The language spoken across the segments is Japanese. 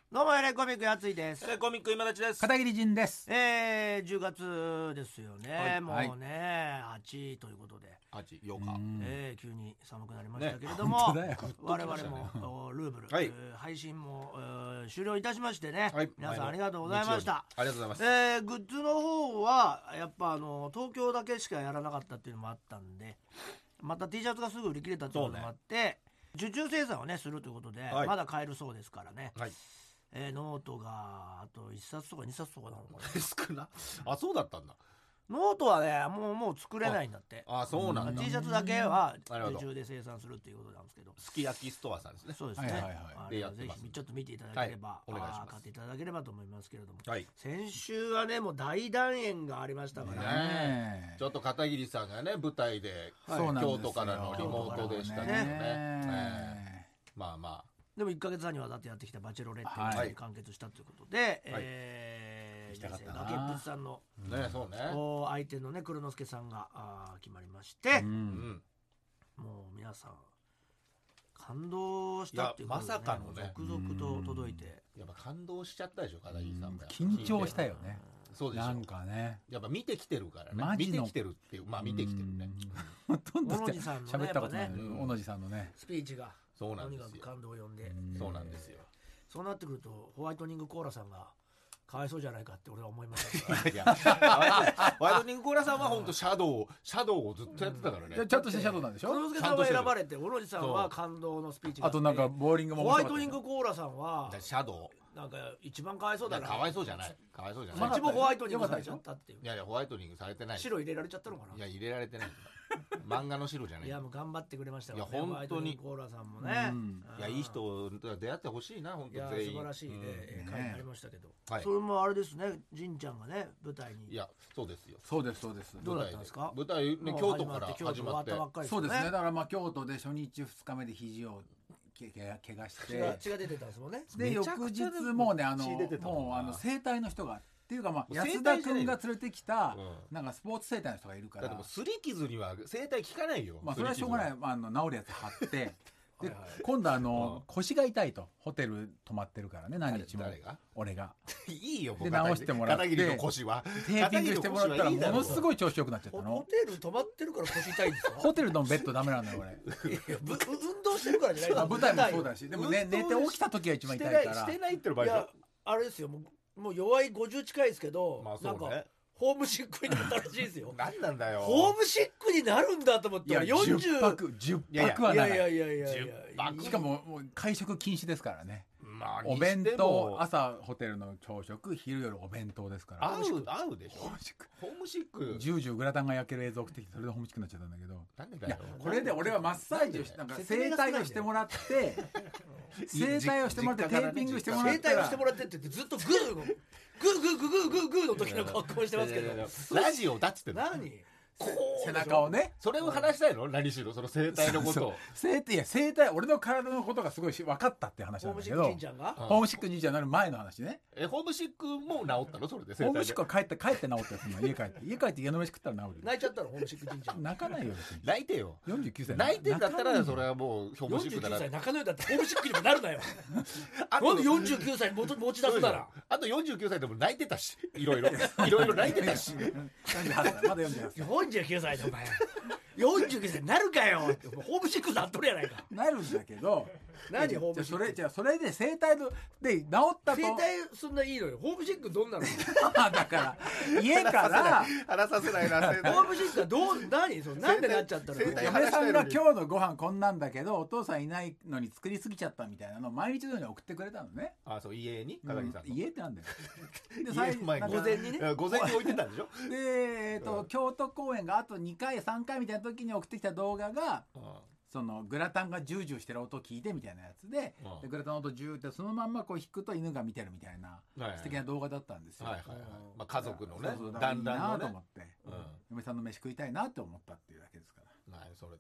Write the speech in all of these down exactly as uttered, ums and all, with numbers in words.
どうもエレコミックやついです。 エレコミック今立ちです。 片桐仁です。 えー、じゅうがつですよね、 はいもうね、はちということで、 はち、ようか。 えー、急に寒くなりましたけれどねも、 本当だよ我々もおルーブル、 はいえー配信も、えー終了いたしましてね、 はい皆さんありがとうございました。 ありがとうございます。 えー、グッズの方はやっぱあの東京だけしかやらなかったっていうのもあったんで、また T シャツがすぐ売り切れたっていうこともあって、受注生産をねするということで、 はいまだ買えるそうですからね、 はい。 えーノートがあといっさつとかにさつとかなのかな少な。あ、そうだったんだ。 ノートはねもうもう作れないんだって。 あ、そうなんだ。 T シャツだけはなるほど受注で生産するっていうことなんですけど、 すき焼きストアさんですね。 そうですね、 はいはいはいあでやってますぜひちょっと見ていただければ、 はいお願いしますあー買っていただければと思いますけれども、 はい。 先週はねもう大団円がありましたから、 ねねちょっと片桐さんがね舞台ではいそうなんですよ京都からのリモートでしたけどね。えーまあまでもいっかげつはんにわたってやってきたバチェロレッテはいに完結したということで、えー、 行きたかったな崖っぷちさんのあね、そうね。 お相手のね黒之助さんがあー決まりまして、 ううんん。 もう皆さん感動したっていうことで、 いやまさかのね続々と届いて、 やっぱ感動しちゃったでしょ片桐さんも。 緊張したよね。 そうでしょ。 なんかね。 やっぱ見てきてるからね。 マジの見てきてるっていう、まあ見てきてるね。 ほとんど小野寺さんのね喋ったことないやっぱね小野寺さんのね。 スピーチがそうなんですよとにかく。感動を呼んで、 そうなんですよ。 そうなってくるとホワイトニングコーラさんがかわいそうじゃないかって俺は思いましたからいや、ホワイトニングコーラさんは本当シャドウ、シャドウをずっとやってたからね。 ちゃんとしたシャドウなんでしょ。 黒之助さんは選ばれて小野寺さんは感動のスピーチがあとなんかボーリングもホワイトニン面白かったグコーラさんはシャドウ。 なんか一番かわいそうだな、 かわいそうじゃない。かわいそうじゃそない。 っちもホワイトニングされちゃったっていう、 いやいや、ホワイトニングされてない。 白入れられちゃったのかな。 いや、入れられてない。漫画の白じゃない。 いやもう頑張ってくれましたからね、 いや本当にホワイトニングコーラさんもね、 うんいや、いい人と出会ってほしいな、本いや当全員。 素晴らしいね、 うんえー回になりましたけど、 はいそれもあれですね、神ちゃんがね舞台にいや、そうですよ。 そうですそうです。 どうだったんですか。 舞台ね、 もう京都から始まって始まって京都終わったばっかりそうですね。だね。 からまあ京都で初日二日目で肘をけけ怪我し血がて、 血が出てたんですもんね。 で翌めちゃくちゃ日もうねあの血出てたもんなもうあの整体の人がっていうかまあもう安田整体じゃない君が連れてきたうんなんかスポーツ整体の人がいるからだってもう、すり傷には整体効かないよ。 まあそれはしょうがないすりまああの治るやつ貼ってではいはい今度あうんの腰が痛いとホテル泊まってるからね何日も誰が俺が傷いいよ、もうで直してもらって片桐の腰は。 テーピングしてもらったらものすい。 ごい調子よくなっちゃったホの。 テル泊まってるから腰痛いんですか。 ホテルのベッドダメなんだよ俺いやぶ運動してるからじゃないですか。 あ舞台もそうだしでもね運動寝て起きた時が一番して痛からないいしてないってる場合じゃいやあれですよ、もうもう弱いごじゅう近いですけど、 まあそなんかうね。 ホームシックになったらしいですよ。 何なんだよ。 ホームシックになるんだと思って、 いや俺よんじゅうじゅっぱくじゅっいやいやぱくはいなやいやいいやいやいやじゅっぱくしかももう会食禁止ですからねまあお弁当にしても朝ホテルの朝食昼夜お弁当ですから合う、合うでしょ。 ホームシックホームシック。 ジュージューグラタンが焼ける映像送ってきてそれでホームシックになっちゃったんだけどいやなんでだよ。 これで俺はマッサージをしなんか説明整が少ないんだよ体をしてもらって整体をしてもらってテーピングしてもら整ったら体をしてもらってって言ってずっとグーのグーグーグーグーグーグーの時の格好してますけど、 ラジオだっつってんの。 何こう背中をねそれを話したいの何しろ、その生態のことを。 整体いや整体俺の体のことがすごいし分かったって話ホームシッなんだけどク神ちゃんがうんホームシックじいちゃんになる前の話ねえ、ホームシックも治ったのそれで生態で。 ホームシックは帰って帰って治ったやつの家帰って家帰って家の飯食ったら治るよ泣いちゃったのホームシック神ちゃん。 泣かないよ別に泣いてよ。 よんじゅうきゅうさい泣いてんだったら、それははもう、ホームシッ 49 クだな。 歳中野だってホームシックにもなるなよ。 あなんでよんじゅうきゅうさいに持ち持ち出すなら。 あとよんじゅうきゅうさいでも泣いてたし、いろいろ。いろいろ泣いてたし。 よんじゅうはちさいまだよんじゅうはちさいよんじゅうきゅうさいでお前よんじゅうきゅうさいになるかよってホームシックなっとるやないか。 なるんだけど何ホームシックじゃあそれじゃあそれで整体ので治ったと整体そんないいのよ。ホームシックどんなの。 だから家から話させないな、生態ホームシックはどう何そのなんでなっちゃったの。 整体嫁さんが今日のご飯こんなんだけどお父さんいないのに作りすぎちゃったみたいなのを毎日のように送ってくれたのねあ、そう、家に片桐さんの。 家ってなんだよで家の前になんか午前にねいや午前に置いてたんでしょ。 で、えーとうん京都公演があとにかいさんかいみたいな時に送ってきた動画がうんそのグラタンがジュージューしてる音を聞いてみたいなやつで、 うんでグラタンの音ジューってそのまんまこう弾くと犬が見てるみたいなはいはい素敵な動画だったんですよ。 はいはいはい。まあ家族のねそうそう、だからいい団らんのねなと思。って、 うん嫁さんの飯食いたいなって思ったっていうだけですから。 はい、それで。 はい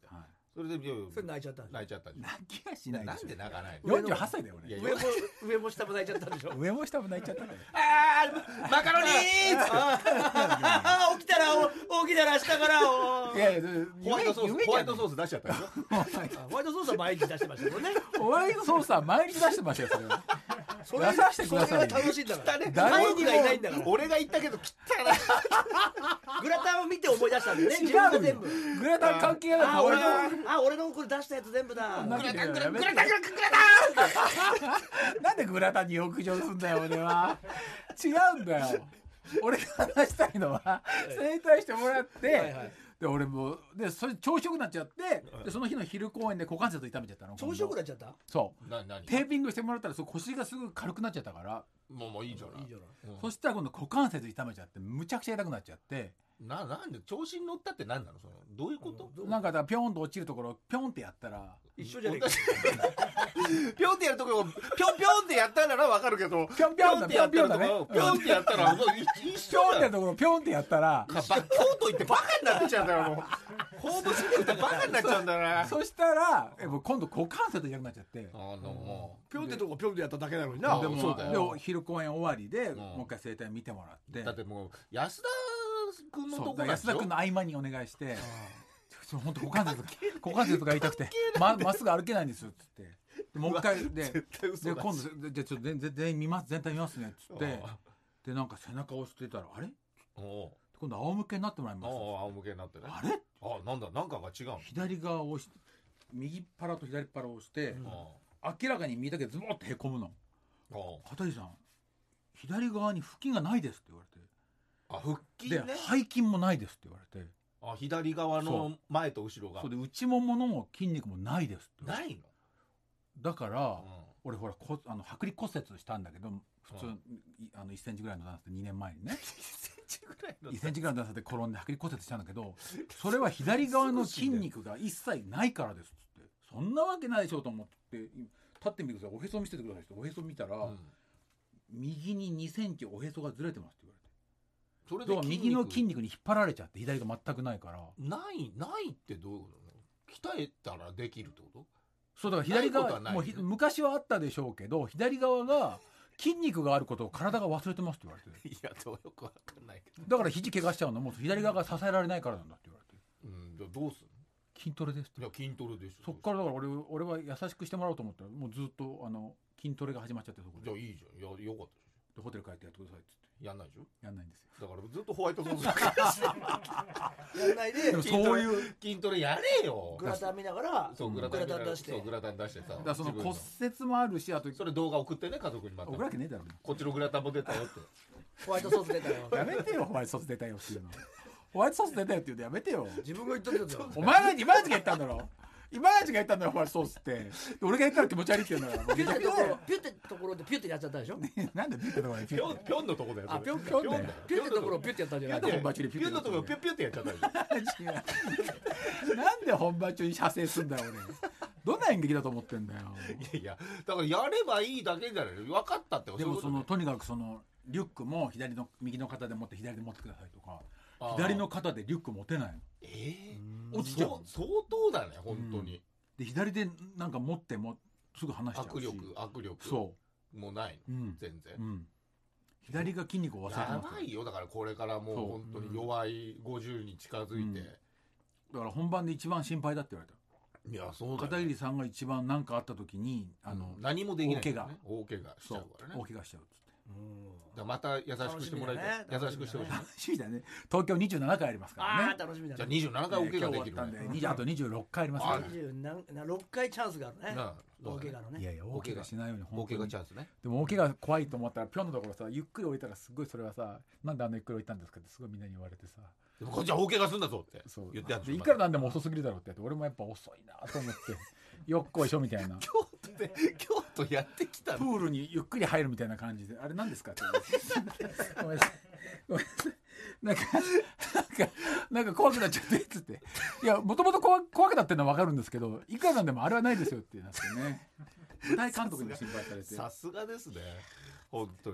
それでいやそれ泣いちゃったんでしょ。 泣いちゃったんでしょ。 泣きはしないなんでしょで泣かないの。 よんじゅうはっさいだよ俺。 いや上も上も下も泣いちゃったんでしょ。 上も下も泣いちゃったからあーマカロニーああ起きたらお起きたら下からおいやいやホワイトソースホワイトソーース出しちゃったでしょ。 ホワイトソースは毎日出してましたもんね。 スホワイトソースは毎日出してましたよそれは。 それ出させてくださいよそれが楽しいんだから。 ね誰にも家族がいないんだから。 俺が言ったけど切ったな。 グラタンを見て思い出したんでね。 違自分うよが全部。 グラタン関係ないあ俺の俺あ俺のこれ出したやつ全部だ。 なんでグラタングラタングやめてラタングラタングラタン。 なんでグラタンに浴場すんだよ俺は。違うんだよ。俺が話したいのはそれに対してもらって、 はいはい。 で俺もでそれ朝食になっちゃってでその日の昼公演で股関節痛めちゃったの。 朝食になっちゃった。 そうな何テーピングしてもらったらそ腰がすぐ軽くなっちゃったから、 もうもういいじゃない。 いいじゃない。 うんそしたら今度股関節痛めちゃってむちゃくちゃ痛くなっちゃって、 ななんで調子に乗ったって何なのそのどういうこと。 どうなんかだからピョンと落ちるところピョンってやったら一緒じゃねえか。 ピョンってやるところピョンピョンってやったならわかるけどピョンピョンだピョンってやったらピョンだねピョンってやったらもう一ピョンってや緒だよるところピョンってやったら京都行ってバカになっちゃうんだよもうホームステイってバカになっちゃうんだよな。 そしたらえもう今度股関節痛くなっちゃって。 あのもピョンってとこピョンってやっただけなのにあな。 でもそうだよで昼公演終わりで、 んもう一回整体見てもらってうだってもう安田君のそうとこなんでしょ。 安田君の合間にお願いしてちょ本当股関節股関節が痛くてままっすぐ歩けないんですよっつってでもう一回で絶対嘘だしで今度ででちょっと全全全員見ます全体見ますねっつってあでなんか背中を押してたらあれあおう今度仰向けになってもらいあますあ仰向けになってね。 あれあなんだなんかが違うの。 左側を押し右っ腹と左っ腹を押して、 うんあ明らかに右だけズボッてへこむの。 あ片桐さん左側に腹筋がないですって言われてあ腹筋でね。 背筋もないですって言われてあ左側の前と後ろがそうで内ももの筋肉もないですって言われてないの。 だから、 うん俺ほらこあの剥離骨折したんだけど普通、 うんいあのいっセンチぐらいの段差でにねんまえにねいっセンチぐらいのいっセンチぐらいの段差で転んで剥離骨折したんだけどそれは左側の筋肉が一切ないからですっつってそんなわけないでしょうと思って立ってみてくださいおへそ見せてくださいっておへそ見たら、 うん右ににセンチおへそがずれてますって言わそれれてだからで右の筋肉に引っ張られちゃって左が全くないからないないってどういうことなの。鍛えたらできるってこと。 そうだから左側ないことはないもうひ昔はあったでしょうけど左側が筋肉があることを体が忘れてますって言われていやどうよくわかんないけど。 だから肘怪我しちゃうのもう左側が支えられないからなんだって言われてうんじゃあどうすん筋トレですっての。いや筋トレでしょ。 そっからだから俺俺は優しくしてもらおうと思ったらもうずっとあの筋トレが始まっちゃってそこでじゃあいいじゃん。いやよかったでしでホテル帰ってやってくださいっつっょ。やんないでしょ。 てやんないんですよだからずっとホワイトソースやんないででもそういう筋トレやれよ。 グラタン見ながらそうグラグタンラタン出してそうグラタン出してさ。 だからその自分骨折もあるしあとそれ動画送ってね家族にまた。 送るわけねえだろこっちのグラタンも出たよって。 ホワイトソース出たよ。 やめてよホワイトソース出たよっていうのホワイトソース出たよって言うのやめてよ自分が言ったけどお前が今のが言ったんだろ今のが言ったんだよホワイトソースって俺が言ったら気持ち悪いって言うんだからピュってところピュってところでピュってやっちゃったでしょ。 なんでピュってところにピぴュってょんぴょんのとこだよ。 あピョンピョンだよピュってところをピュってやったんじゃないなんで本番中にピュッてピョンのところピュッピュッってやっちゃったでしょ。 違うなんで本番中に射精すんだよ俺どんな演劇だと思ってんだよいやいやだからやればいいだけじゃないの。分かったって。 でもそのととにかくそのリュックも左の右の肩で持って左で持ってくださいとかあー左の肩でリュック持てないのええ落ちちゃうそう相当だね本当に。 で左でなんか持ってもすぐ離しちゃうし握力握力そもうないのう、うん全然う。ん、左が筋肉を忘れてやますばいよだからこれからもうそう本当に弱いごじゅうに近づいて。 だから本番で一番心配だって言われたいやそうだよ片桐さんが一番何かあった時にあの、 うん何もできないから大ね。大怪我しちそうゃうからね。 大怪我しちゃうっつってだからまた優しくしてもらいたい。 楽優しみだねしくしてほしい。 楽しみだね東京にじゅうななかいありますからあねあ楽しみだね。 じゃあにじゅうななかい大怪我できる今日終わったんでね。 にじゅうあとにじゅうろっかいありますからあにじゅうなんなろっかいチャンスがあるね。 なあ大怪我のね。 いやいや大怪我しないように大怪本当に我チャンスね。 でも大怪我怖いと思ったらピョンのところさゆっくり置いたらすごいそれはさなんであんなゆっくり置いたんですかってすごいみんなに言われてさでもこっちは大怪我すんだぞってそう言ってやるでいくらなんでも遅すぎるだろうってやって俺もやっぱ遅いなと思ってよっこいしょみたいな京都で京都やってきたの。 プールにゆっくり入るみたいな感じであれ何ですかってごめんなさいごめんなさいなんかなんかなんか怖くなっちゃってっつっていやもともと怖怖くなってるのは分かるんですけどいくらなんでもあれはないですよってなってね舞台監督に心配されてさすがですね本当に。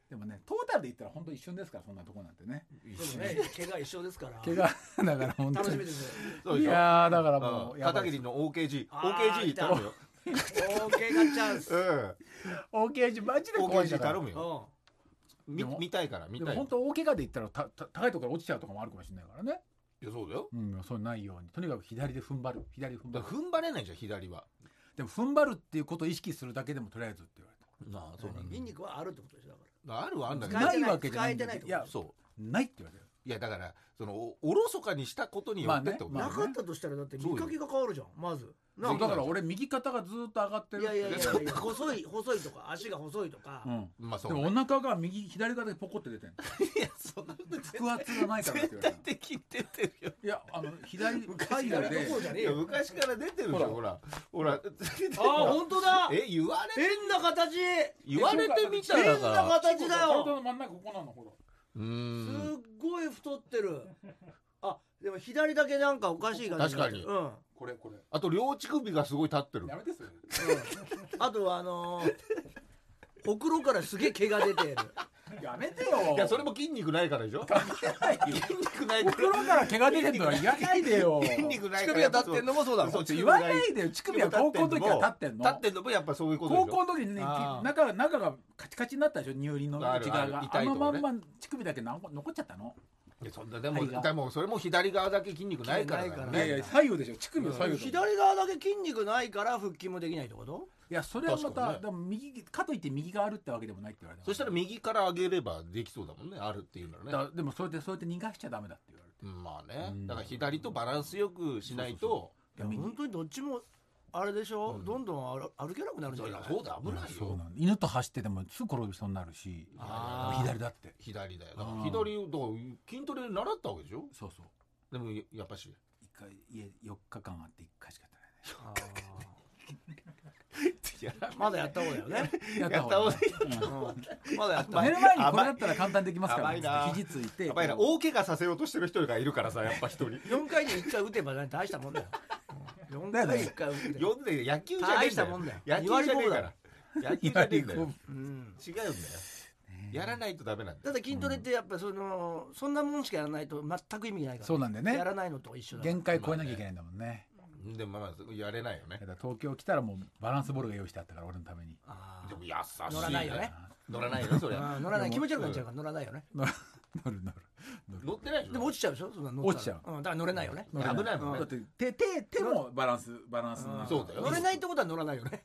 でもねトータルで言ったら本当一瞬ですからそんなとこなんてねそうね怪我一緒ですから怪我だから本当に楽しみですいやーだからもう片桐の オーケージーあーオーケージー 頼むよ。 オーケーがチャンスうんオーケー マジでオーケージー怖いから頼むよ。 でもみ見たいから見でたい。 も本当大怪我で言ったらたた高いところから落ちちゃうとかもあるかもしれないからねいやそうだよ。 うんそうないようにとにかく左で踏ん張る左踏ん張るだから踏ん張れないじゃん左は。 でも踏ん張るっていうことを意識するだけでもとりあえずって言われたなあそうなんだ。 筋肉はあるってことでしょだかあるはあんだけど。 使えてないないわけじゃないんだけど使えてないいやそうないって言われたよいやだからそのおおろそかにしたことによってってことまあねらなかったとしたらだって見かけが変わるじゃんまずそうだから俺右肩がずっと上がってるいやいやいやいや細い細いとか足が細いとかうんまあそうね。 でもお腹が右左肩でポコって出てんのいやそんなこと絶腹圧がないからって言われ対た的に出てるよ。 いやあの左昔左からどでころじゃねえよいや昔から出てるでしょほらほら。 ああ本当だえ言われ変な形言われてみたら変なさ。 形だ体よの真ん中ここなのほらうすーん。 っごい太ってるあでも左だけなんかおかしい感じ確かにうん、うん、 これこれあと両乳首がすごい立ってる。 やめてそれあとはあのー、ほくろからすげえ毛が出てるやめてよいやそれも筋肉ないからでしょ。筋肉ないから。 袋から毛が出てるのは言わないでよ筋肉ない乳から。 首が立ってんのもそうだもんそう言わないでよ乳首は高校の時から立ってんの立ってんのもやっぱそういうことでしょ。 高校の時にねあー中中がカチカチになったでしょ乳輪のある内側があある痛いとこねのまんま乳首だけ残残っちゃったのいやそんなでも針がでもそれも左側だけ筋肉ないからだよないからいやいや左右でしょ乳首は左右だもん左側だけ筋肉ないから腹筋もできないってこといやそれはまた、 確かにねでも右かといって右があるってわけでもないって言われたそしたら右から上げればできそうだもんねあるっていうならね。 だでもそれでそうやって逃がしちゃダメだって言われてうんまあねうんだから左とバランスよくしないと。 いや本当にどっちもあれでしょ、 うんどんどん歩歩けなくなるんじゃないそうだそうだ危ないよ。 そうなの犬と走っててもすぐ転びそうになるしあー左だって左だよだかうんら左だから筋トレ習ったわけでしょ。 そうそうでもやっぱし一回家よっかかんあっていっかいしかやってないねやまだやった方だよね、 ややった方がいい。 うん、まだやった方寝る前にこれだったら簡単にできますから甘いな肘ついてやばいな大怪我させようとしてる人がいるからさやっぱ一人よんかいにいっかい打てばね大したもんだよよんかいにいっかい打て呼んで野球じゃねえんだよ大したもんだよ野球じゃねえから野球じゃねえんだようん違うんだよやらないとダメなんだよ。 ただ筋トレってやっぱそのそんなもんしかやらないと全く意味ないから、 そうなんだよねやらないのと一緒だから限界超えなきゃいけないんだもんねでもまあやれないよねだ。から東京来たらもうバランスボールが用意してあったから俺のためにあでも優しい乗らないよね乗らないよそれーあー乗らない気持ち悪くなっちゃうから乗らないよね乗る乗る乗る乗る乗ってないでしょ。 でも落ちちゃうでしょそんな乗ったら落ちちゃううん、だから乗れないよね乗れ危ないもんねだって手手手もバランスバランスになるそうだよ乗れないってことは乗らないよね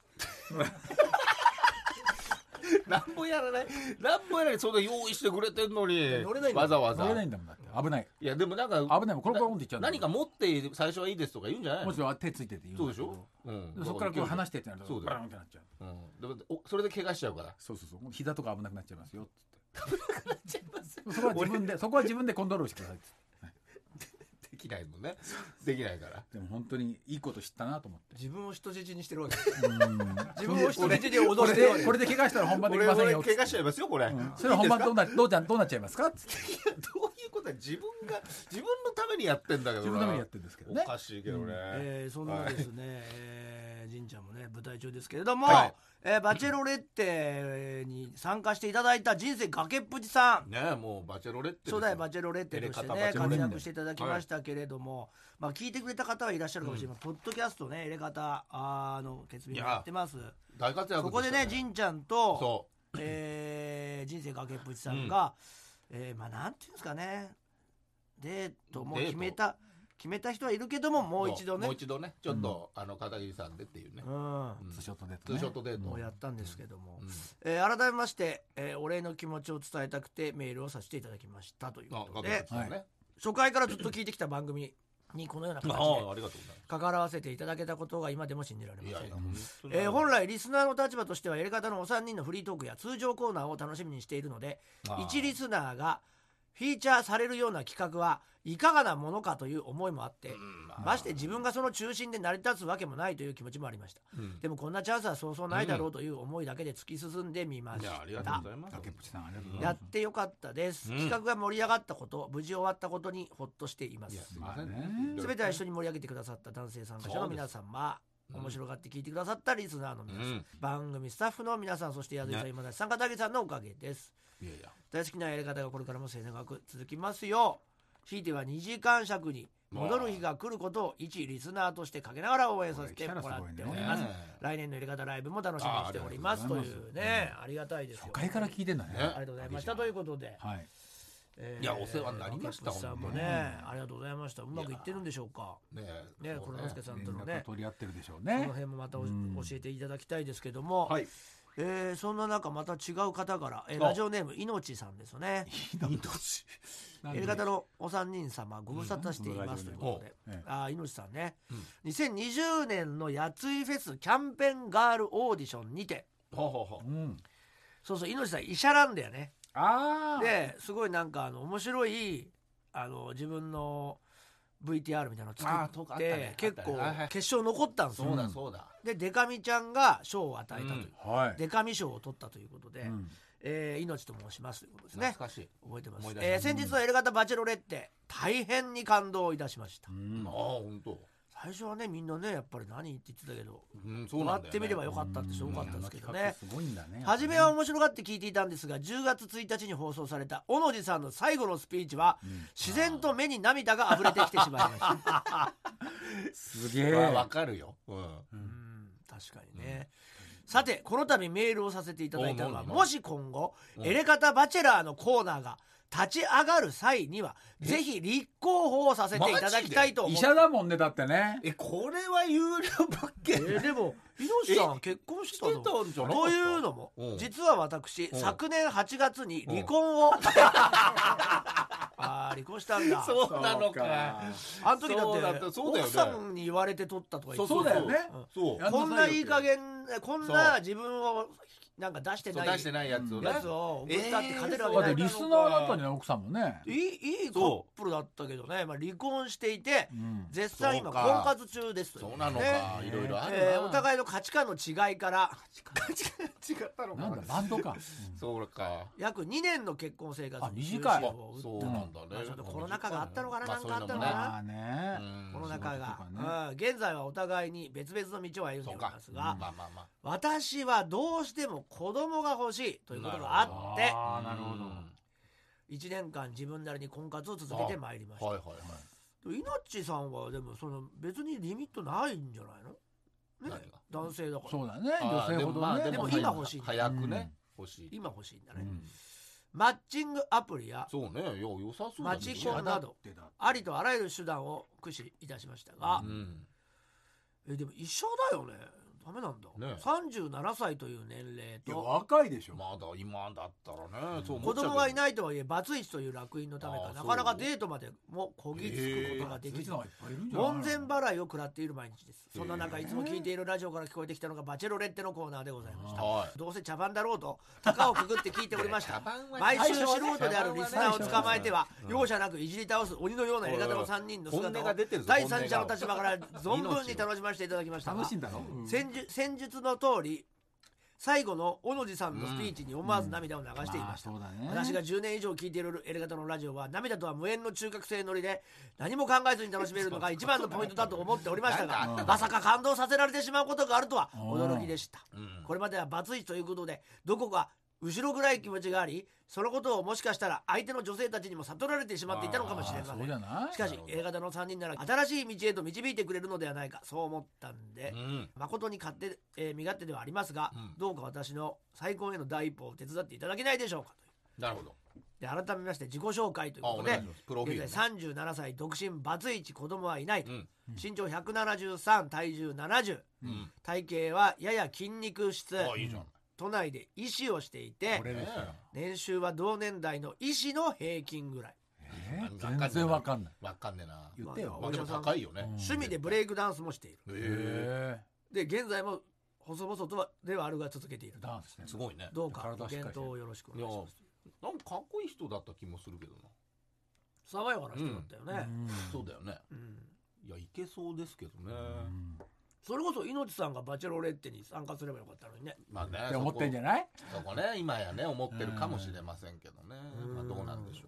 なんもやらないなんもやらないそんな用意してくれてんのに乗れないんだわざわざ乗れないんだもんだって危ないいやでもなんか危ないもんコロコロンっていっちゃうんだ何か持って最初はいいですとか言うんじゃないのもちろん手ついてて言うんだけどそうでしょ、うん、 でそこからこう離してってなるとそうだよバランってなっちゃううん、でもおそれで怪我しちゃうからそうそうそう膝とか危なくなっちゃいますよっつってそこは自分でそこは自分でコントロールしてくださいっつってできないもんねできないからでも本当にいいこと知ったなと思って自分を人質にしてるわけうん自分を人質に脅これしてるわけでこれで怪我したら本番でき俺俺ませんよっつって怪我しちゃいますよこれ、 うんそれは本番どうなどうちゃんどうなっちゃいますかっつっていやどういうことだ自分が自分のためにやってんだけどな自分のためにやってるんですけどねおかしいけどね、 えーそんなですね、えー、神ちゃんもね舞台中ですけれども、 はいえーバチェロレッテに参加していただいた人生崖っぷちさんねえもうバチェロレッテですよ初代バチェロレッテとしてねエレカタバチェロレッテ活躍していただきましたけれども、まあ、聞いてくれた方はいらっしゃるかもしれない、ポッドキャストねエレカタあの決意もやってます大活躍そこでね神ちゃんと、 そえー人生崖っぷちさんが、えーまあなんていうんですかねデートも決めた決めた人はいるけどももう一度ねもう一度ねちょっと、あの片桐さんでっていうね、 うんうんツーショットデートツーねショットデートもうやったんですけども、 うんえー改めまして、えーお礼の気持ちを伝えたくてメールをさせていただきましたというあことで片桐さんね、 初回からずっと聞いてきた番組にこのような形でああありがとうございます関わらせていただけたことが今でも信じられませんいやいや、本当にえー本来リスナーの立場としてはやり方のお三人のフリートークや通常コーナーを楽しみにしているのであー一リスナーがフィーチャーされるような企画はいかがなものかという思いもあって、 うんまあまして自分がその中心で成り立つわけもないという気持ちもありました、 うんでもこんなチャンスはそうそうないだろうという思いだけで突き進んでみましいやありがとうたございます崖っぷちさんありがとうございやまってよかったです、 うん企画が盛り上がったこと無事終わったことにほっとしていますいやすいませんまあね全ては一緒に盛り上げてくださった男性参加者の皆様面白がって聞いてくださったリスナーの皆さん、 うん、 番組スタッフの皆さん、そして矢崎さん、今田さん、片桐さんのおかげです。 いやいや、 大好きなやり方がこれからも末永く続きますよう、ひいてはにじかん尺に戻る日が来ることを一リスナーとしてかけながら応援させてもらっております。来年のやり方ライブも楽しみにしておりますというね、ありがたいですよ。 初回から聞いてんだね。 ありがとうございましたということで、 はい、 えー、いやお世話になりました。 さんもね、ありがとうございました。うまくいってるんでしょうかね。ね、この之助さんとのね、 取り合ってるでしょうね。 その辺もまた教えていただきたいですけども、はい、えー、そんな中また違う方から、えー、ラジオネームいのちさんですよね。いのちやり方のお三人様ご無沙汰していますということで、うん、あいのちさんね、うん、にせんにじゅうねんのやついフェスキャンペーンガールオーディションにて、ほうほうほう、うん、そうそう、いのちさん医者なんだよね。あですごいなんかあの面白いあの自分の ブイティーアール みたいなの作って、ね、結構決勝残ったんですよ。 そうだそうだ。 でデカミちゃんが賞を与えたという、うん、はい、デカミ賞を取ったということで、うん、えー、命と申しますということですね。 懐かしい、 覚えてます。えー、先日のエレガタバチェロレッテ大変に感動いたしました。うん、 ああ本当。 最初はねみんなねやっぱり何って言ってたけど、 うん、そうなんだよね、 終わってみればよかったってすごかったですけどね。 すごいんだね。 初めは面白がって聞いていたんですが、じゅうがつついたちに放送された小野寺さんの最後のスピーチは、うん、自然と目に涙が溢れてきてしまいましたすげえわかるよ、うん、うん、 確かにね、うん、さてこの度メールをさせていただいたのは、もし今後、うん、エレカタバチェラーのコーナーが立ち上がる際にはぜひ立候補をさせていただきたいと思って。 医者だもんねだってね。 えこれは有料物件。 えでも猪さん結婚してたのというのも、うん、実は私、うん、昨年はちがつに離婚を、うん、あ離婚したんだ。 そうなのか。 あの時だって奥さんに言われて取ったとか言ってた。 そうだよね、 うん、こんないい加減こんな自分をなんか出してない出してないやつをね、 やつを送ったって勝てるわけない、 えー、リスナーだったんじゃない奥さんもね。 いいいいカップルだったけどね、まあ、離婚していて、うん、絶賛今婚活中ですという、ね、 そうなのか、いろいろあるな、 えー、お互いの価値観の違いから価値観違ったのかなんだバンドか、 うん、そうか約にねんの結婚生活に短い。 そうなんだね、 まあ、ちょっとコロナ禍があったのかな、なんかあったのかな、ね、コロナ禍が、ね、うん、現在はお互いに別々の道を歩んでおりますが、うん、まあまあまあ、私はどうしても子供が欲しいということがあって、 あなるほど、 いちねんかん自分なりに婚活を続けてまいりました。はいはいはい、いのっちさんはでもその別にリミットないんじゃないの、ね、男性だから。 そうだね、女性ほどね。 でも、まあ、でも今欲しいんだ、 早くね、うん、欲しい、 今欲しいんだね、うん、マッチングアプリやそうね、よ良さそうだね、 マチコンなどありとあらゆる手段を駆使いたしましたが、うん、えでも一緒だよね、ダメなんだ、ね、さんじゅうななさいという年齢と。 いや若いでしょ、 まだ今だったらね、うん、そう子供がいないとはいえバツイチという烙印のためかなかなかデートまでもこぎつくことができず、門前払いを食らっている毎日です。そんな中いつも聞いているラジオから聞こえてきたのがバチェロレッテのコーナーでございました、はい、どうせ茶番だろうと高をくぐって聞いておりました毎週素人であるリスナーを捕まえては容赦なくいじり倒す鬼のようなやり方のさんにんの姿を第三者の立場から存分に楽しませていただきましたが、 楽しいんだろ、うん、 戦術戦術の通り最後の小野寺さんのスピーチに思わず涙を流していました、うんまあね、私がじゅうねん以上聞いているエレガタのラジオは涙とは無縁の中学生乗りで何も考えずに楽しめるのが一番のポイントだと思っておりましたがまさか感動させられてしまうことがあるとは驚きでした、うん、これまではバツイチということでどこか後ろ暗い気持ちがあり、そのことをもしかしたら相手の女性たちにも悟られてしまっていたのかもしれません。しかし エレガタのさんにんなら新しい道へと導いてくれるのではないか、そう思ったんで、うん、誠に勝手、えー、身勝手ではありますが、うん、どうか私の再婚への第一歩を手伝っていただけないでしょうかという。 なるほど。 で改めまして自己紹介ということで、現在さんじゅうななさい独身バツイチ子供はいないと、うん、身長ひゃくななじゅうさん体重ななじゅう、うん、体型はやや筋肉質、 あいいじゃん、 都内で医師をしていて年収は同年代の医師の平均ぐらい、 えー、全然わかんないわかんねえな、 言ってよ、 まあ、でも高いよね、うん、 趣味でブレイクダンスもしている、 えー、で現在も細々とはではあるが続けているダンス、ね、 すごいね、 どうかご検討をよろしくお願いします。 なんかかっこいい人だった気もするけどな、 爽やかな人だったよね、 うん、そうだよね、うん、いやいけそうですけどね、うん、 それこそ猪木さんがバチェロレッテに参加すればよかったのにね、 まあねって思ってんじゃない、 そこね今やね思ってるかもしれませんけどね、まあ、どうなんでしょうね。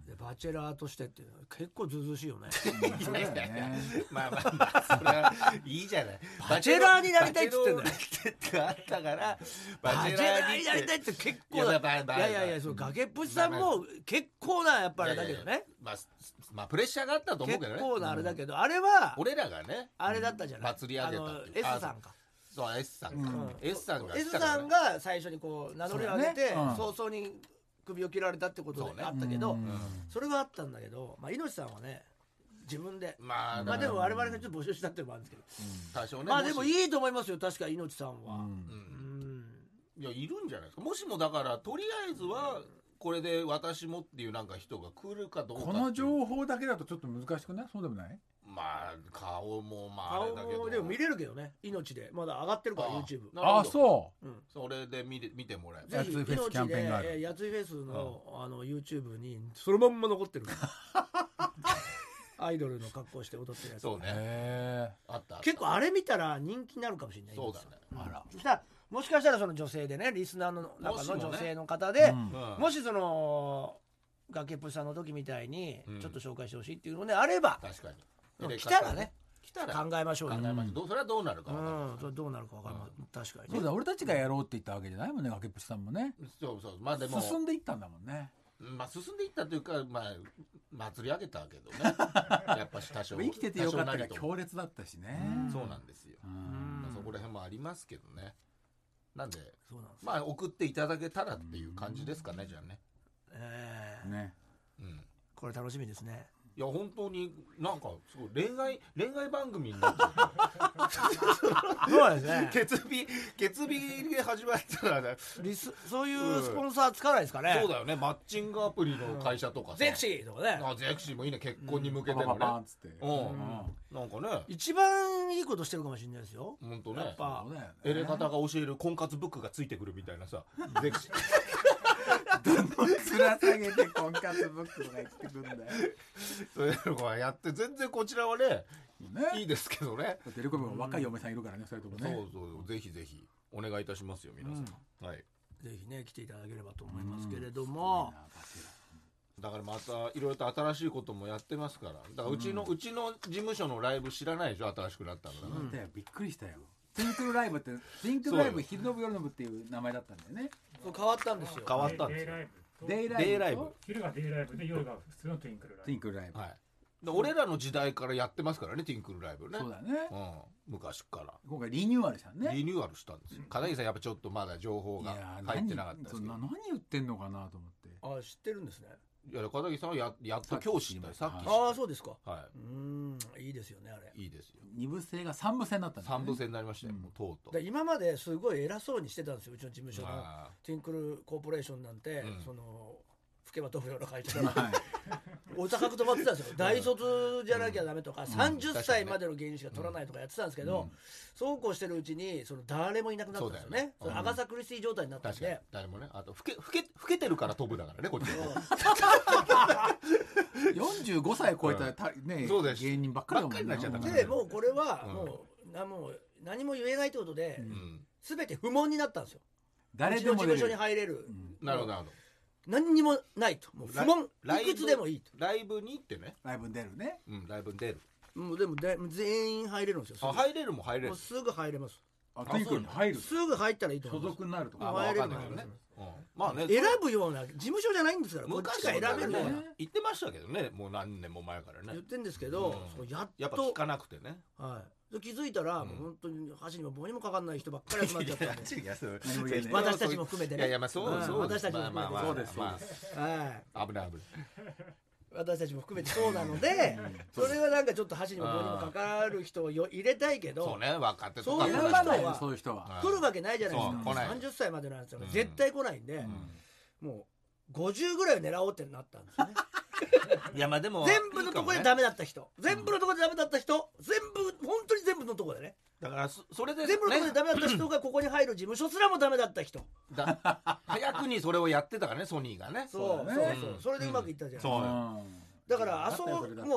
でバチェラーとしてっていうのは結構ずうずうしいよねそうだよねまあまあまあそれはいいじゃないバチェラーになりたいっつってんだよバチェラーってあったからバチェラーになりたいって結構ないやいやいやそう崖っぷちさんも結構なやっぱりだけどねまあまあプレッシャーがあったと思うけどね結構なあれだけどあれは俺らがねあれだったじゃない祭り上げたっていう S さんかそう S さんか、 うん S さんが S さんが最初にこう名乗りを上げて、 そうだねうん早々に首を切られたってことであったけど そ,、 うんれはあったんだけど、まあ、猪さんはね自分で、 まあ、 まあでも我々がちょっと募集したっていうのもあるんですけど、 多少ねまあでもい、 いいと思いますよ確か猪さんは、 うんうんうんいやいるんじゃないですか。もしもだからとりあえずはこれで私もっていうなんか人が来るかどうかっていうこの情報だけだとちょっと難しくない？そうでもない？ まあ顔もまああ顔れだけどもでも見れるけどね命でまだ上がってるからあ YouTube ああそうんそれで見れ見てもらえばぜひやついフェスキャンペーンがある命でえーやついフェスのあの YouTube にそのまんま残ってるアイドルの格好して踊ってるやつそうねう。へあったあった結構あれ見たら人気になるかもしれないそうだねえ。あら。 そしたらもしかしたらその女性でねリスナーの中もしもねの女性の方でうんうんもしその崖っぷちさんの時みたいにうんちょっと紹介してほしいっていうのであれば確かうんに来たらね来たら考えましょうよ考えましょうどうそれはどうなるかう分かんないんそれどうなるか分かります確かにねそうだ俺たちがやろうって言ったわけじゃないもんね崖っぷちさんもね。 そうそうまあでも進んでいったんだもんね。 まあ進んでいったというかまあ祭り上げたけどねやっぱし多少生きててよかったが多少なりとも強烈だったしね。 そうなんですよ、 うんまあそこら辺もありますけどねなんでそうなんですまあ送っていただけたらっていう感じですかねじゃあねえーね。 うんこれ楽しみですねいや本当になんかすごい恋愛恋愛番組になっちゃったそうですね決日決日で始まったらねリスそういうスポンサーつかないですかねそうだよねマッチングアプリの会社とかさゼクシーとかねあゼクシーもいいね結婚に向けてパパのねパパンっつって。 うんうんなんかね一番いいことしてるかもしれないですよ本当ねやっぱそうだよね。 エレ方が教える婚活ブックがついてくるみたいなさゼクシーつら下げて婚活ブックとか言ってくんだよ。 そういうのがやって全然こちらはねいいね。 ですけどね、 だってレコビも若い嫁さんいるからねそれともね。 そうそうぜひぜひお願いいたしますよ皆さん、はいぜひね来ていただければと思いますけれども、 だからまたいろいろと新しいこともやってますからだからうちの、うちの事務所のライブ知らないでしょ新しくなったのだから、 聞いたよびっくりしたよ。ティンクルライブってティンクルライブ昼の部夜の部っていう名前だったんだよね。 そう変わったんですよ変わったんですよデイライブとデイライブ昼がデイライブで夜が普通のトゥインクルラテイブィンクルライブ。 はいで俺らの時代からやってますからねティンクルライブねそうだね。 うん、昔から今回リニューアルしたね。 リニューアルしたんですよ片桐さんやっぱちょっとまだ情報がいやー入ってなかったですけど何そうな何言ってんのかなと思って。 あ知ってるんですねいや片桐さんはややっと今日知ったよさっき知ったああそうですかはうーんいいですよねあれいいいですよ二部制が三部制になったんだよね。 三部制になりましたよ、 うんもうとうとうで今まですごい偉そうにしてたんですようちの事務所のあティンクルコーポレーションなんて、 うんその吹けば飛ぶような会社だはい。 お高く止まってたんですよ大卒じゃなきゃダメとか、さんじゅっさいまでの芸人しか取らないとかやってたんですけど、 うんそうこうしてるうちにその誰もいなくなったんですよねそうだよねそのアガサ・クリスティ状態になったん確かにで、 誰もねあと老け老け老けてるから飛ぶだからねこっちは四十五歳超えたたねそうです芸人ばっかりだもんばっかりになっちゃったからでもうこれはうんもう,、なもう何も言えないということで、 うん全て不問になったんですよ誰うちの事務所にでも出る。 入れる、 うんなるほどなるほど何にもないともう不問ライブいくつでもいいとライブに行ってね、 ライブに出るね。 うん、ライブに出るもうでもで全員入れるんですよすぐあ入れるも入れるもうすぐ入れますあティンクルに入る。 すぐ入ったらいいと所思います属になるとか。 あまあ入れるわかんないけどね、うん、まあね選ぶような事務所じゃないんですからこっ昔ちが選べるようなね言ってましたけどねもう何年も前からね言ってんですけど、 うんそうやっとやっぱ聞かなくてねはい、で気づいたら、 うんもう本当に箸にも棒にもかかんない人ばっかり集まっちゃったんでいやそう何も言えない私たちも含めてねいやいやまあそううんそう私たちも含めてまあまあまあそうですまはいあ危ない危ない私たちも含めてそうなのでそれはなんかちょっと箸にも棒にもかかる人をよ入れたいけどそうね若手とかそういう選ばないよ人はそういう人は。 はい来るわけないじゃないですかそう来ないさんじゅっさいまでのやつはうん絶対来ないんで、もうごじゅうぐらいを狙おうってなったんですよねいやまあでも全部のところでダメだった人全部のところでダメだった人全部本当に全部のところでねだからそそれで全部のところでねダメだった人がここに入る事務所すらもダメだった人だ早くにそれをやってたからねソニーがねそうそうそうだねそうそれでうまくいったじゃないですかそううんだからあそこだったよそれだってもう